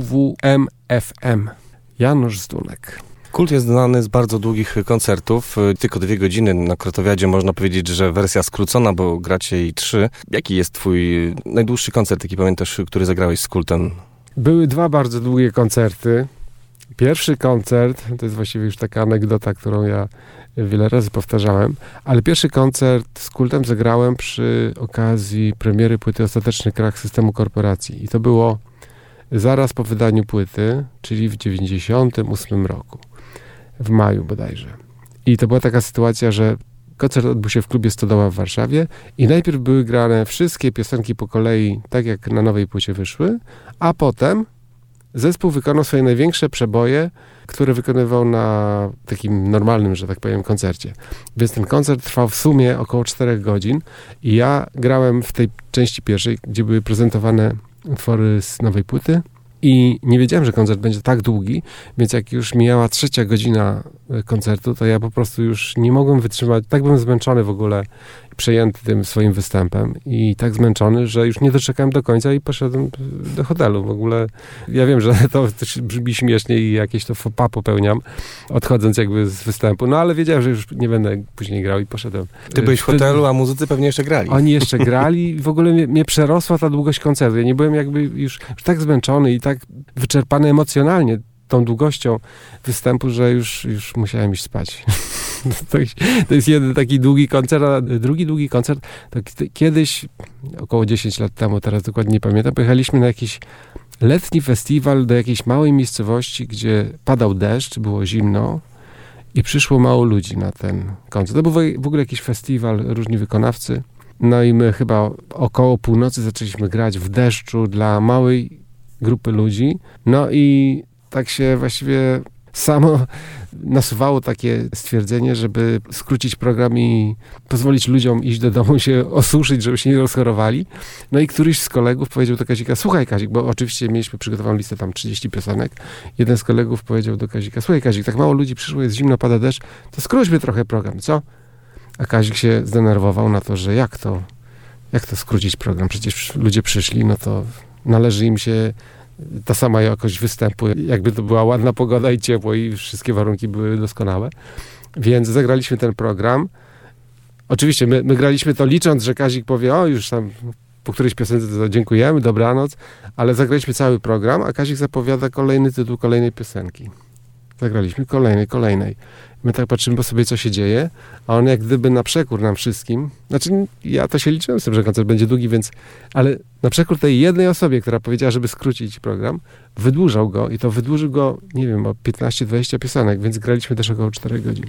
UWMFM. Janusz Zdunek. Kult jest znany z bardzo długich koncertów, tylko 2 godziny. Na Krotowiadzie można powiedzieć, że wersja skrócona, bo gracie jej 3. Jaki jest twój najdłuższy koncert, jaki pamiętasz, który zagrałeś z Kultem? Były 2 bardzo długie koncerty. Pierwszy koncert, to jest właściwie już taka anegdota, którą ja wiele razy powtarzałem, ale pierwszy koncert z Kultem zagrałem przy okazji premiery płyty Ostateczny krach systemu korporacji. I to było zaraz po wydaniu płyty, czyli w 98 roku. W maju bodajże. I to była taka sytuacja, że koncert odbył się w klubie Stodoła w Warszawie i najpierw były grane wszystkie piosenki po kolei, tak jak na nowej płycie wyszły, a potem zespół wykonał swoje największe przeboje, które wykonywał na takim normalnym, że tak powiem, koncercie. Więc ten koncert trwał w sumie około 4 godzin i ja grałem w tej części pierwszej, gdzie były prezentowane utwory z nowej płyty i nie wiedziałem, że koncert będzie tak długi, więc jak już mijała 3 godzina koncertu, to ja po prostu już nie mogłem wytrzymać, tak byłem zmęczony w ogóle, przejęty tym swoim występem i tak zmęczony, że już nie doczekałem do końca i poszedłem do hotelu. W ogóle ja wiem, że to brzmi śmiesznie i jakieś to faux pas popełniam, odchodząc jakby z występu, no ale wiedziałem, że już nie będę później grał i poszedłem. Ty byłeś w hotelu, a muzycy pewnie jeszcze grali. Oni jeszcze grali i w ogóle mnie przerosła ta długość koncertu. Ja nie byłem jakby już tak zmęczony i tak wyczerpany emocjonalnie tą długością występu, że już musiałem iść spać. To jest jeden taki długi koncert, a drugi długi koncert to kiedyś, około 10 lat temu, teraz dokładnie nie pamiętam, pojechaliśmy na jakiś letni festiwal do jakiejś małej miejscowości, gdzie padał deszcz, było zimno i przyszło mało ludzi na ten koncert. To był w ogóle jakiś festiwal, różni wykonawcy. No i my chyba około północy zaczęliśmy grać w deszczu dla małej grupy ludzi. No i tak się właściwie samo nasuwało takie stwierdzenie, żeby skrócić program i pozwolić ludziom iść do domu, się osuszyć, żeby się nie rozchorowali. No i któryś z kolegów powiedział do Kazika: słuchaj Kazik, bo oczywiście mieliśmy przygotowaną listę tam 30 piosenek. Jeden z kolegów powiedział do Kazika: słuchaj Kazik, tak mało ludzi przyszło, jest zimno, pada deszcz, to skróćmy trochę program, co? A Kazik się zdenerwował na to, że jak to skrócić program? Przecież ludzie przyszli, no to należy im się ta sama jakość występu, jakby to była ładna pogoda i ciepło i wszystkie warunki były doskonałe. Więc zagraliśmy ten program. Oczywiście my graliśmy to licząc, że Kazik powie: o, już tam po którejś piosence to dziękujemy, dobranoc, ale zagraliśmy cały program, a Kazik zapowiada kolejny tytuł kolejnej piosenki. Zagraliśmy kolejnej. My tak patrzymy po sobie, co się dzieje, a on jak gdyby na przekór nam wszystkim, znaczy ja to się liczyłem z tym, że koncert będzie długi, więc, ale na przekór tej jednej osobie, która powiedziała, żeby skrócić program, wydłużał go i to wydłużył go, nie wiem, o 15-20 piosenek, więc graliśmy też około 4 godzin.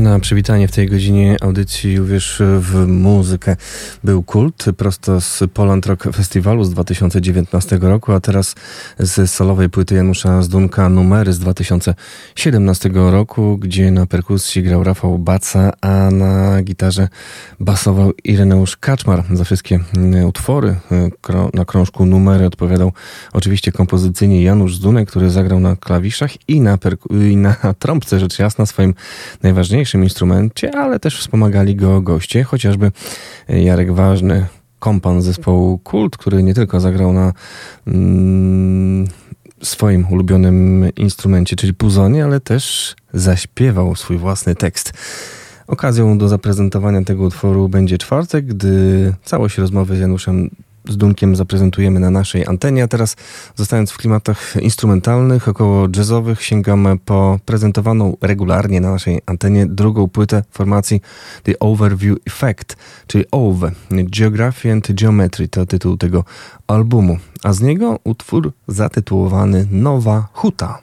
Na przywitanie w tej godzinie audycji Uwierz w muzykę był Kult prosto z Poland Rock Festiwalu z 2019 roku, a teraz z solowej płyty Janusza Zdunka Numery z 2017 roku, gdzie na perkusji grał Rafał Baca, a na gitarze basował Ireneusz Kaczmar. Za wszystkie utwory na krążku Numery odpowiadał oczywiście kompozycyjnie Janusz Zdunek, który zagrał na klawiszach i na trąbce, rzecz jasna, swoim najważniejszym instrumencie, ale też wspomagali go goście, chociażby Jarek Ważny, kompan zespołu Kult, który nie tylko zagrał na swoim ulubionym instrumencie, czyli puzonie, ale też zaśpiewał swój własny tekst. Okazją do zaprezentowania tego utworu będzie czwartek, gdy całość rozmowy z Januszem Zdunkiem zaprezentujemy na naszej antenie, a teraz zostając w klimatach instrumentalnych, około jazzowych, sięgam po prezentowaną regularnie na naszej antenie drugą płytę formacji The Overview Effect, czyli OVE, Geography and Geometry, to tytuł tego albumu, a z niego utwór zatytułowany Nowa Huta.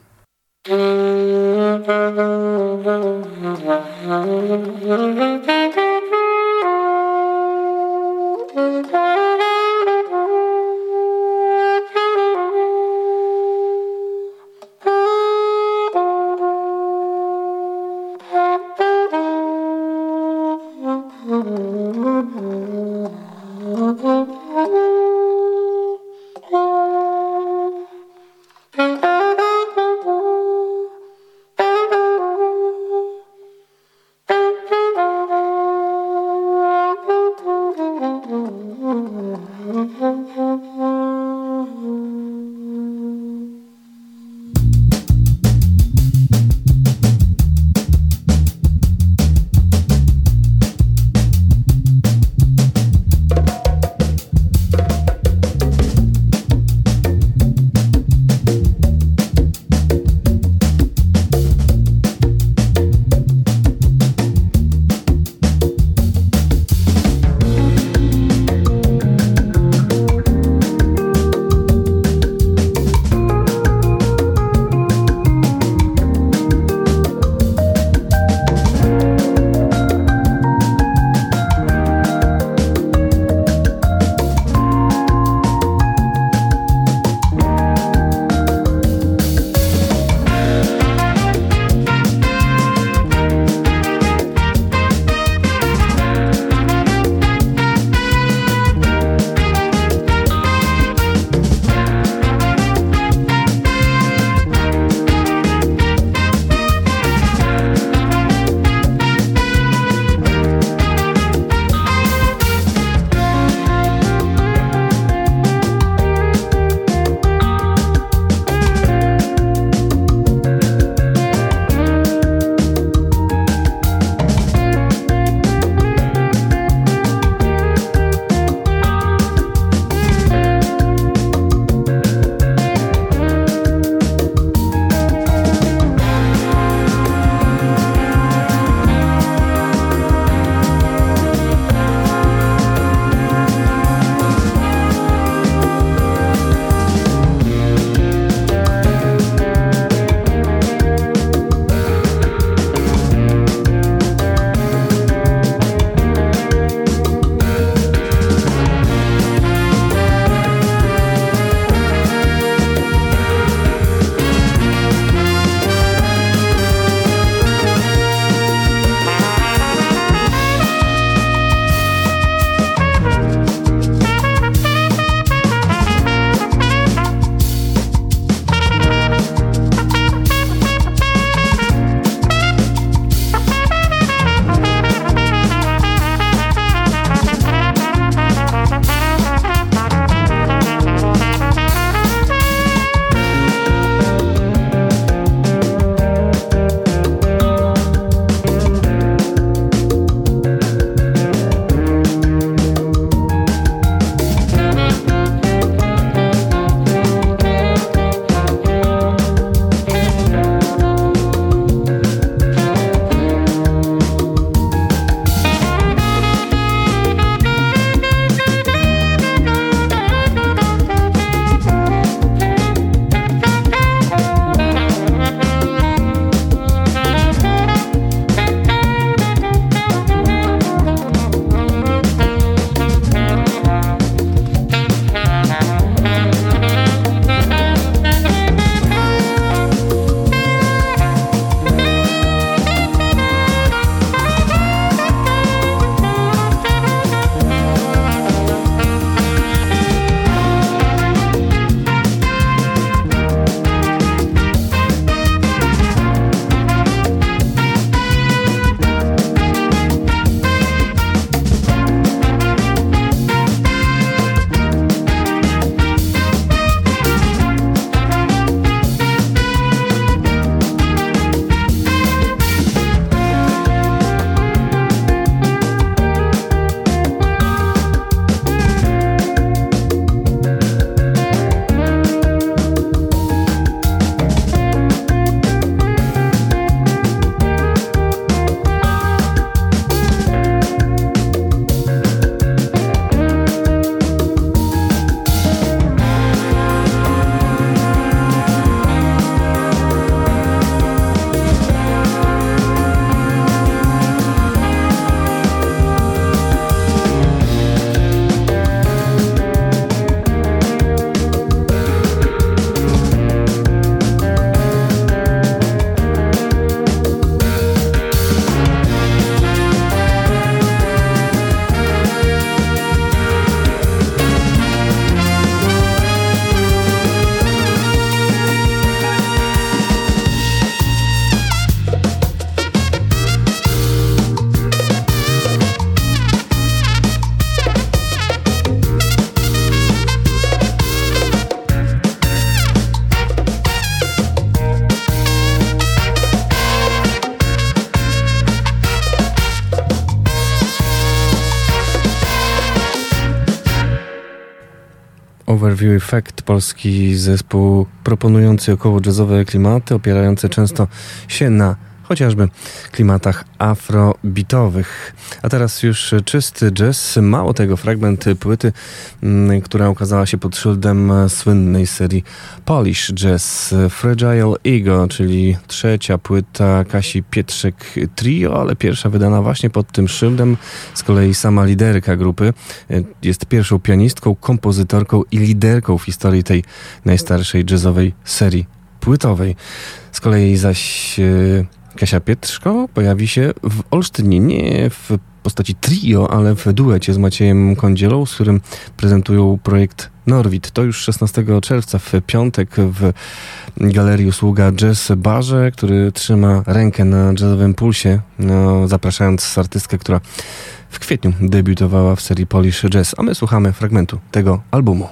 Overview Effect, polski zespół proponujący około jazzowe klimaty, opierające często się na chociażby klimatach afrobeatowych. A teraz już czysty jazz. Mało tego, fragment płyty, która ukazała się pod szyldem słynnej serii Polish Jazz. Fragile Ego, czyli trzecia płyta Kasi Pietrzek Trio, ale pierwsza wydana właśnie pod tym szyldem. Z kolei sama liderka grupy jest pierwszą pianistką, kompozytorką i liderką w historii tej najstarszej jazzowej serii płytowej. Z kolei zaś Kasia Pietrzko pojawi się w Olsztynie, nie w postaci trio, ale w duecie z Maciejem Kądzielą, z którym prezentują projekt Norwid. To już 16 czerwca w piątek w Galerii Usługa Jazz Barze, który trzyma rękę na jazzowym pulsie, zapraszając artystkę, która w kwietniu debiutowała w serii Polish Jazz, a my słuchamy fragmentu tego albumu.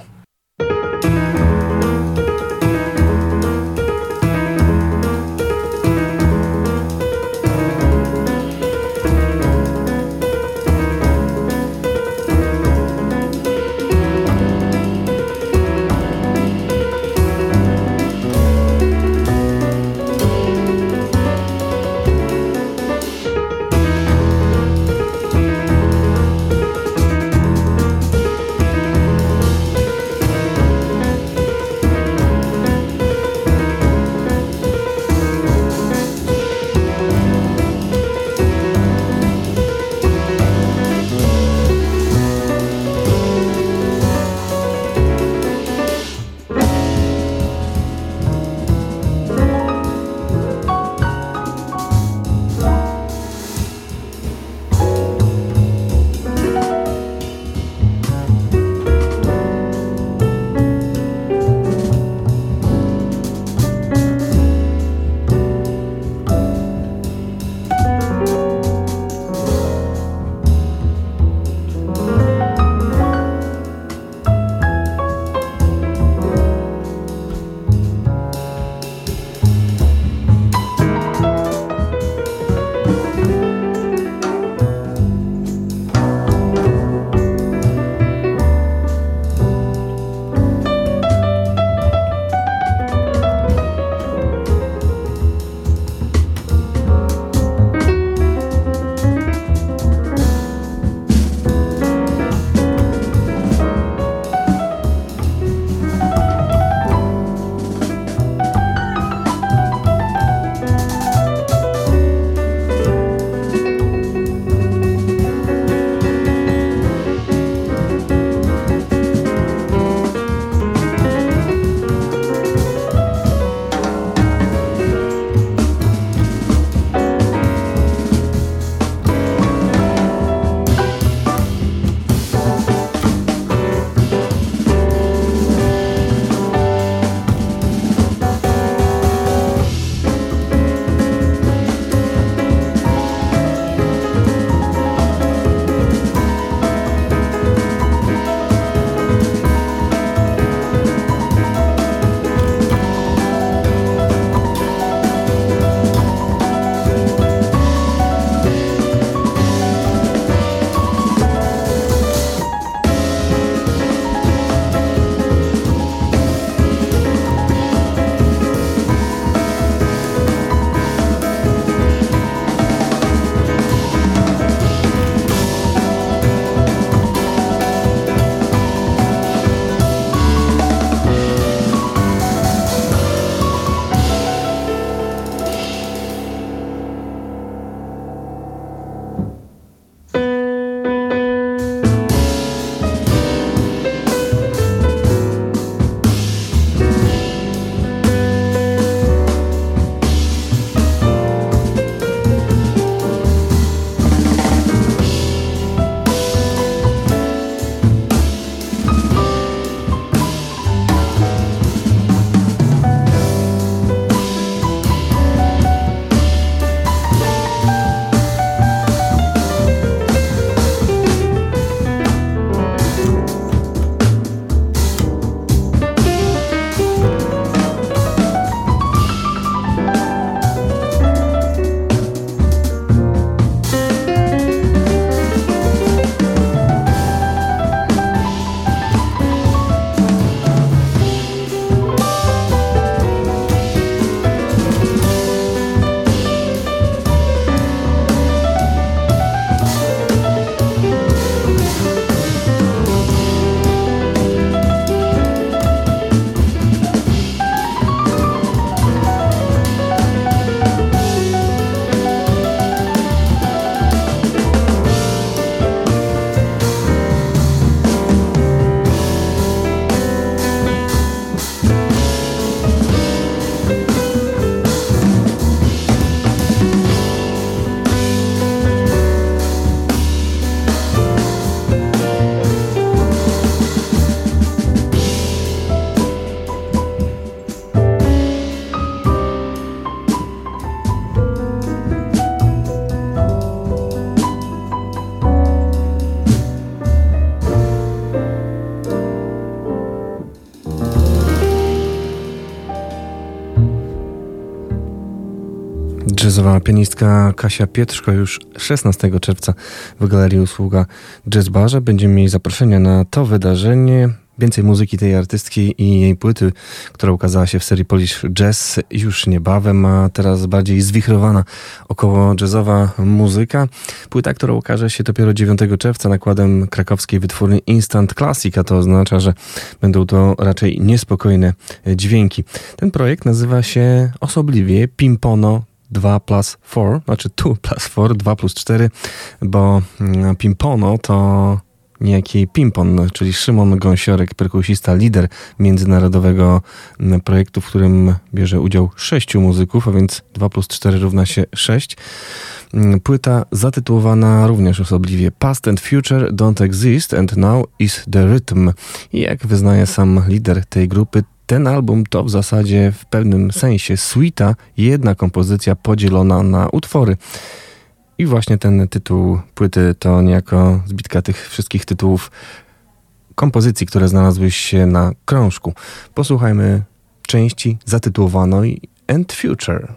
Jazzowa pianistka Kasia Pietrzko już 16 czerwca w Galerii Usługa Jazz Barze. Będziemy mieli zaproszenia na to wydarzenie. Więcej muzyki tej artystki i jej płyty, która ukazała się w serii Polish Jazz już niebawem, a teraz bardziej zwichrowana około jazzowa muzyka. Płyta, która ukaże się dopiero 9 czerwca nakładem krakowskiej wytwórni Instant Classic, a to oznacza, że będą to raczej niespokojne dźwięki. Ten projekt nazywa się osobliwie Pimpono 2+4, znaczy 2+4, 2+4, bo Pimpono to niejaki Pimpon, czyli Szymon Gąsiorek, perkusista, lider międzynarodowego projektu, w którym bierze udział 6 muzyków, a więc 2+4 równa się 6. Płyta zatytułowana również osobliwie Past and Future Don't Exist and Now is the Rhythm. I jak wyznaje sam lider tej grupy, ten album to w zasadzie w pewnym sensie suita, jedna kompozycja podzielona na utwory. I właśnie ten tytuł płyty to niejako zbitka tych wszystkich tytułów kompozycji, które znalazły się na krążku. Posłuchajmy części zatytułowanej And Future.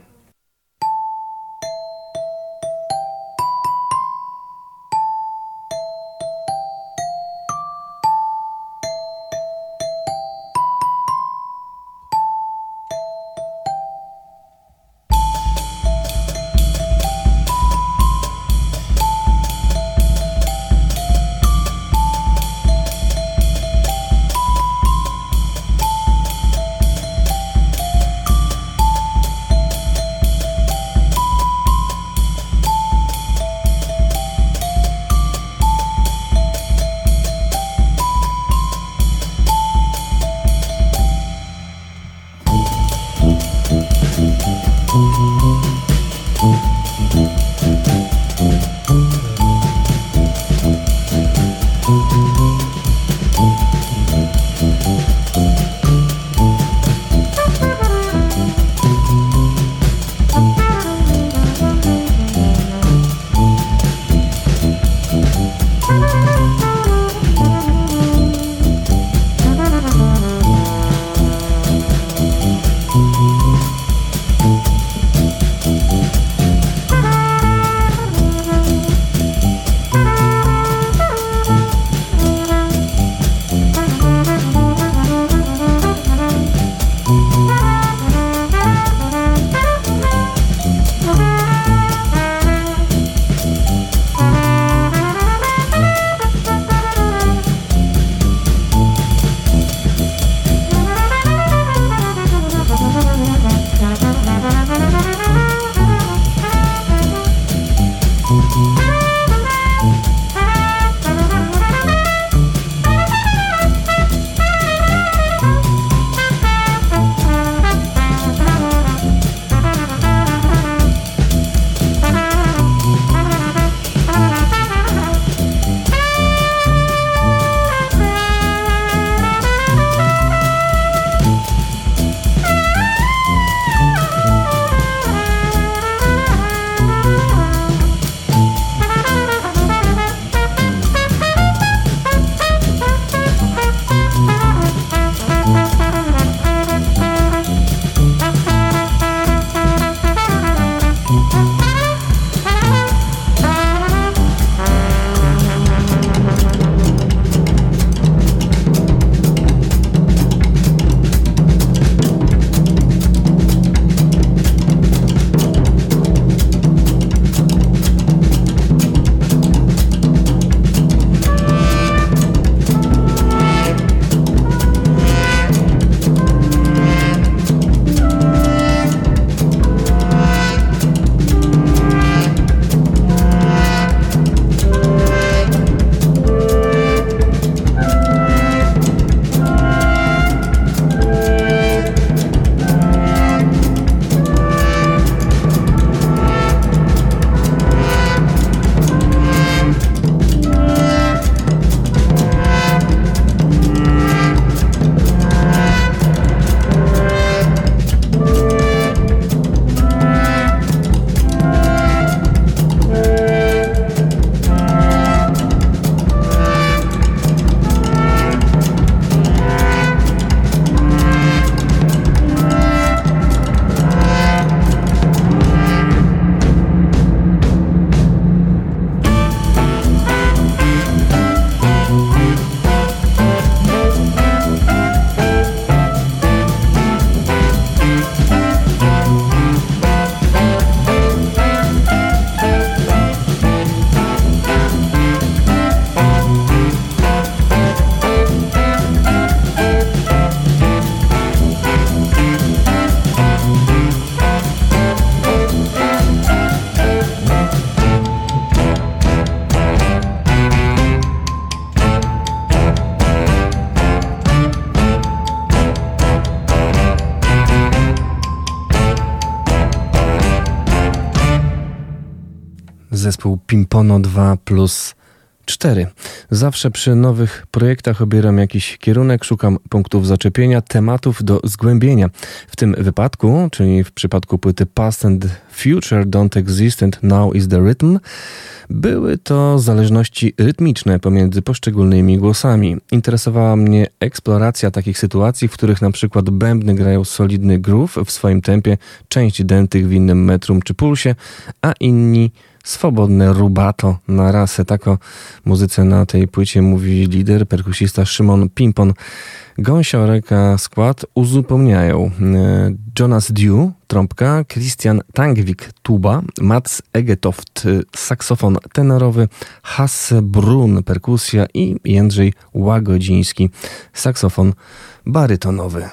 zespół Pimpono 2+4. Zawsze przy nowych projektach obieram jakiś kierunek, szukam punktów zaczepienia, tematów do zgłębienia. W tym wypadku, czyli w przypadku płyty Past and Future Don't Exist and Now is the Rhythm, były to zależności rytmiczne pomiędzy poszczególnymi głosami. Interesowała mnie eksploracja takich sytuacji, w których na przykład bębny grają solidny groove w swoim tempie, część dętych w innym metrum czy pulsie, a inni swobodne rubato na rasę. Tak o muzyce na tej płycie mówi lider, perkusista Szymon Pimpon. Gąsiorek a skład uzupełniają Jonas Dew, trąbka, Christian Tangvik, tuba, Mats Egetoft, saksofon tenorowy, Hasse Brun, perkusja i Jędrzej Łagodziński, saksofon barytonowy.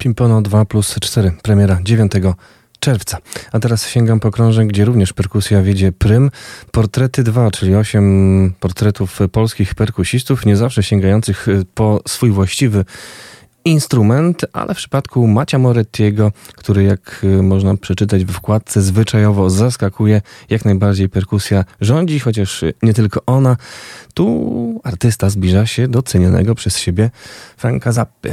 Pimpono 2+4, premiera 9 czerwca. A teraz sięgam po krążek, gdzie również perkusja wiedzie prym. Portrety 2, czyli 8 portretów polskich perkusistów, nie zawsze sięgających po swój właściwy instrument, ale w przypadku Macia Morettiego, który jak można przeczytać w wkładce zwyczajowo zaskakuje, jak najbardziej perkusja rządzi, chociaż nie tylko ona. Tu artysta zbliża się do cenionego przez siebie Franka Zappy.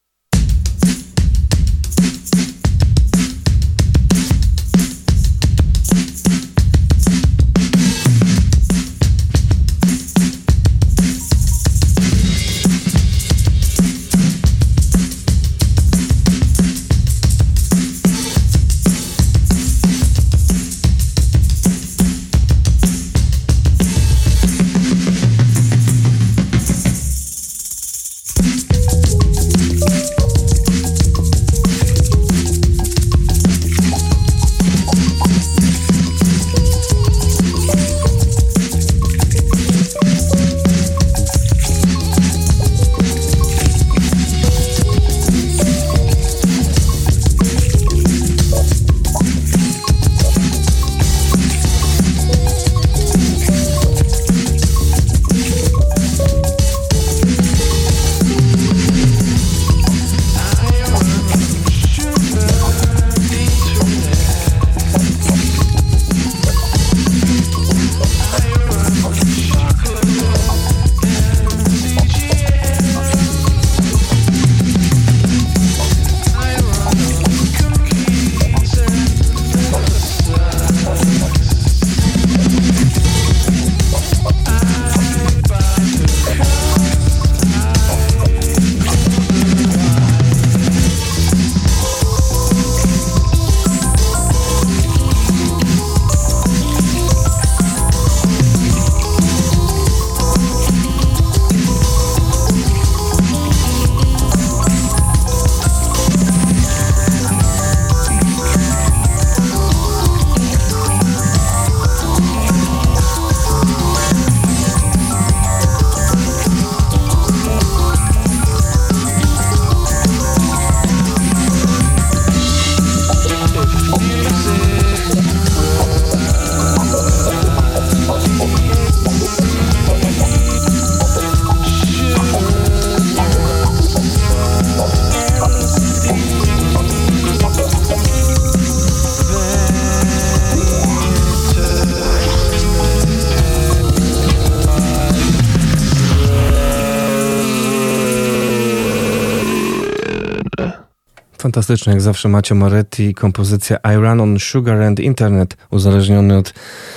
Fantastyczne, jak zawsze Macio Moretti, kompozycja I Run on Sugar and Internet, uzależniony od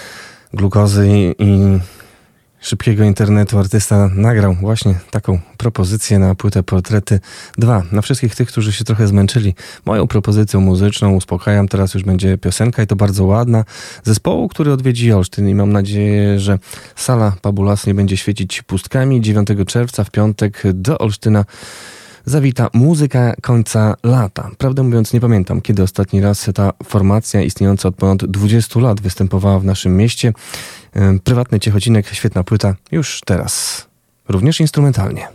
glukozy i szybkiego internetu. Artysta nagrał właśnie taką propozycję na płytę Portrety 2. Na wszystkich tych, którzy się trochę zmęczyli moją propozycją muzyczną, uspokajam, teraz już będzie piosenka i to bardzo ładna, zespołu, który odwiedzi Olsztyn i mam nadzieję, że sala Pabulas nie będzie świecić pustkami. 9 czerwca w piątek do Olsztyna zawita muzyka końca lata. Prawdę mówiąc, nie pamiętam, kiedy ostatni raz ta formacja istniejąca od ponad 20 lat występowała w naszym mieście. Prywatny Ciechocinek, świetna płyta, już teraz. Również instrumentalnie.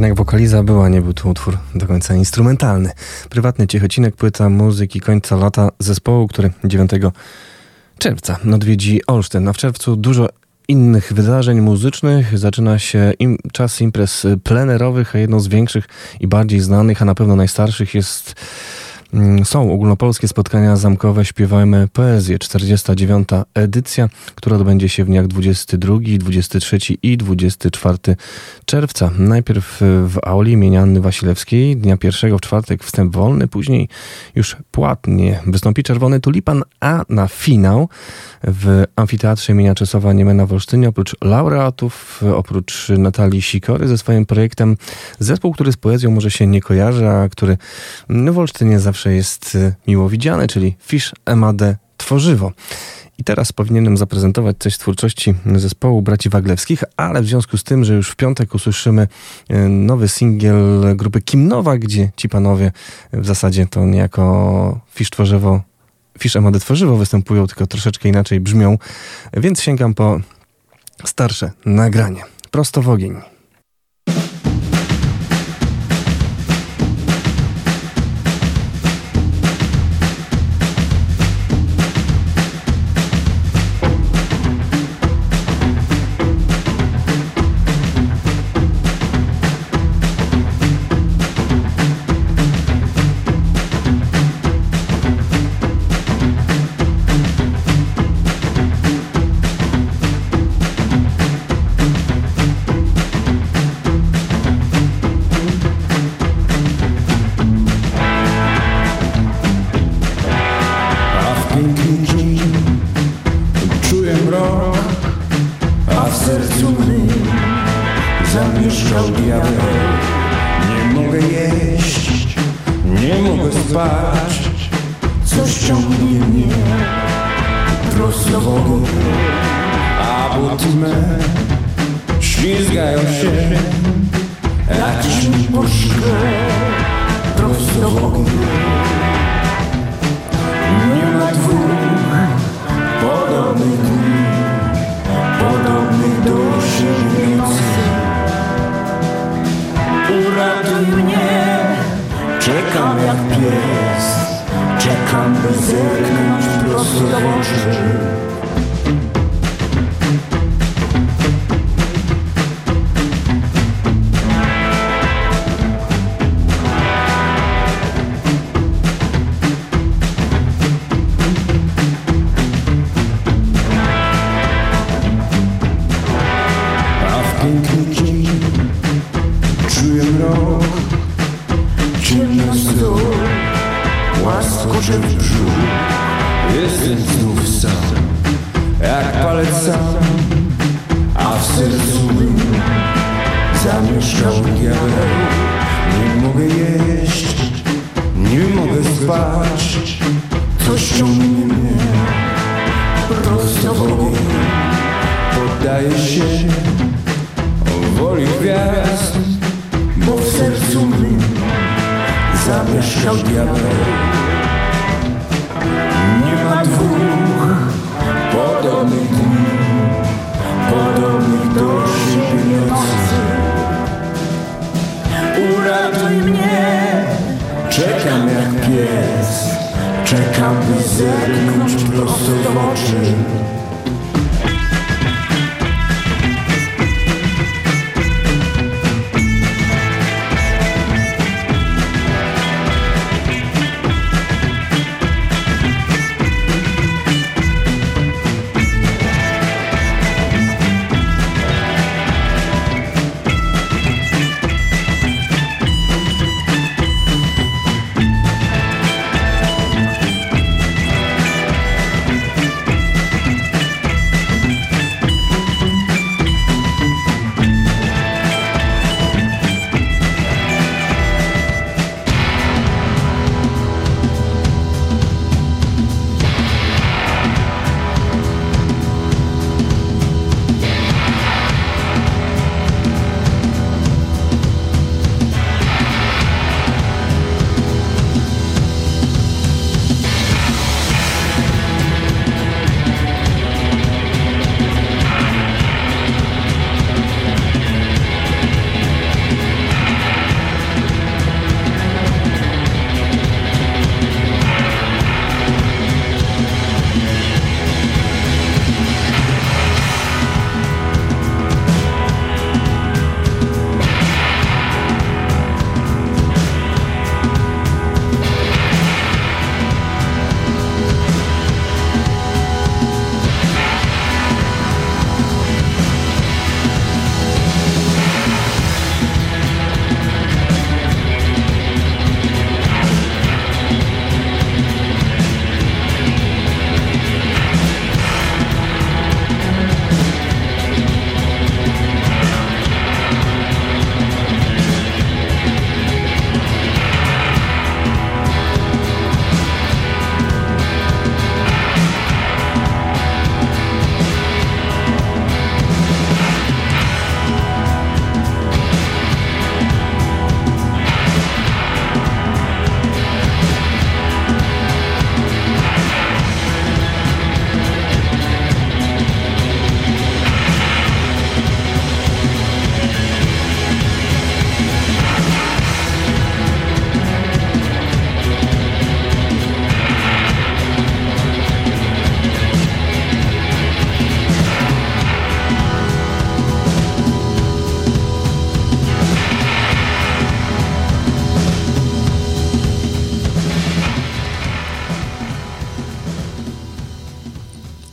jednak wokaliza była, nie był to utwór do końca instrumentalny. Prywatny Ciechocinek, płyta muzyki końca lata zespołu, który 9 czerwca odwiedzi Olsztyn. A w czerwcu dużo innych wydarzeń muzycznych. Zaczyna się czas imprez plenerowych, a jedną z większych i bardziej znanych, a na pewno najstarszych są ogólnopolskie spotkania zamkowe Śpiewajmy Poezję, 49. edycja, która odbędzie się w dniach 22, 23 i 24 czerwca. Najpierw w auli imienia Anny Wasilewskiej, dnia 1 w czwartek wstęp wolny, później już płatnie wystąpi Czerwony Tulipan, a na finał w amfiteatrze imienia Czesława Niemena w Olsztynie oprócz laureatów, oprócz Natalii Sikory ze swoim projektem, zespół, który z poezją może się nie kojarzy, a który w Olsztynie zawsze jest miło widziany, czyli Fisz Emadę Tworzywo. I teraz powinienem zaprezentować coś z twórczości zespołu braci Waglewskich, ale w związku z tym, że już w piątek usłyszymy nowy singiel grupy Kimnowa, gdzie ci panowie w zasadzie to niejako Fisz Emadę Tworzywo występują, tylko troszeczkę inaczej brzmią, więc sięgam po starsze nagranie. Prosto w ogień.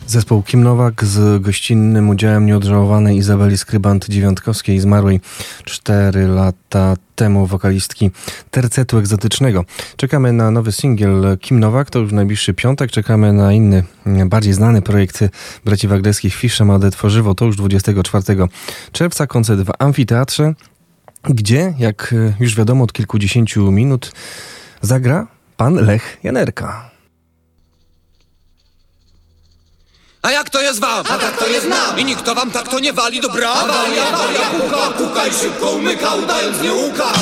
Zespół Kim Nowak z gościnnym udziałem nieodżałowanej Izabeli Skrybant-Dziewiątkowskiej, zmarłej 4 lata temu, wokalistki tercetu egzotycznego. Czekamy na nowy singiel Kim Nowak, to już w najbliższy piątek. Czekamy na inny, bardziej znany projekt braci Wagreskich Fisze Małe Tworzywo, to już 24 czerwca. Koncert w Amfiteatrze, gdzie, jak już wiadomo, od kilkudziesięciu minut zagra pan Lech Janerka. A jak to jest wam? A tak to jest nam. I nikt to wam tak to nie wali do bram. Awaria, puka, puka i szybko umyka, udając nie łuka.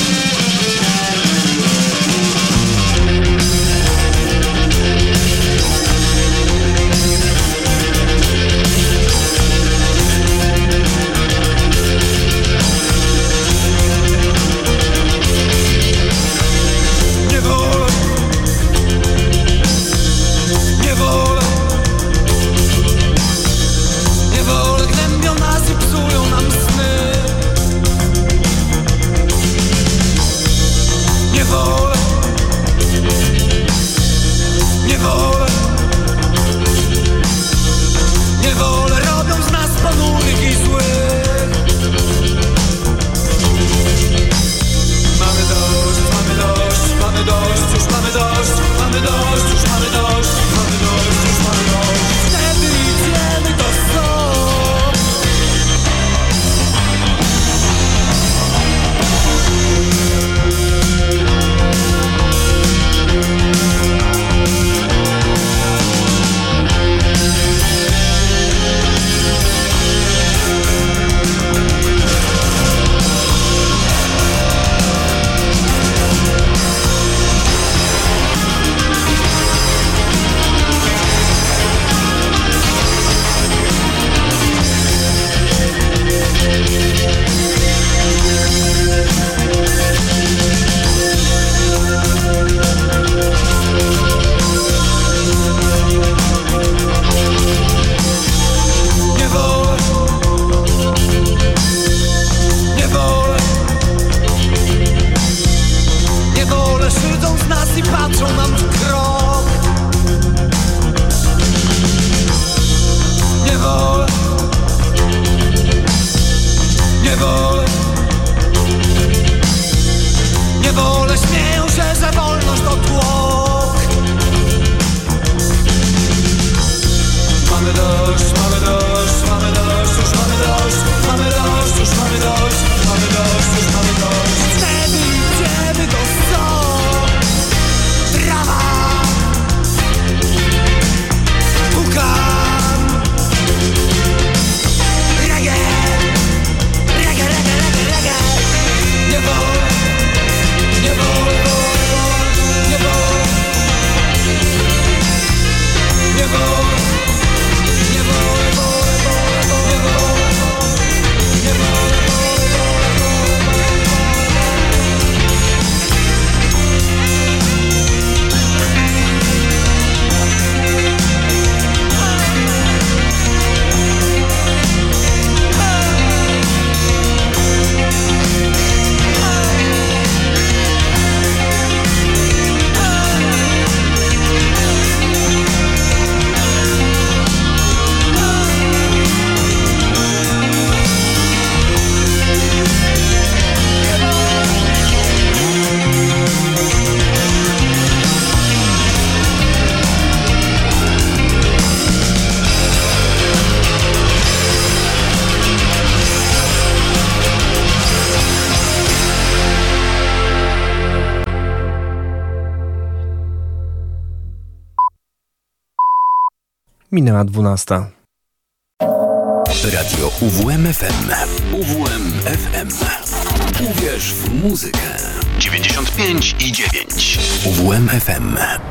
Minęła 12. Radio UWMFM. UWMFM. Uwierz w muzykę. 95,9. UWMFM.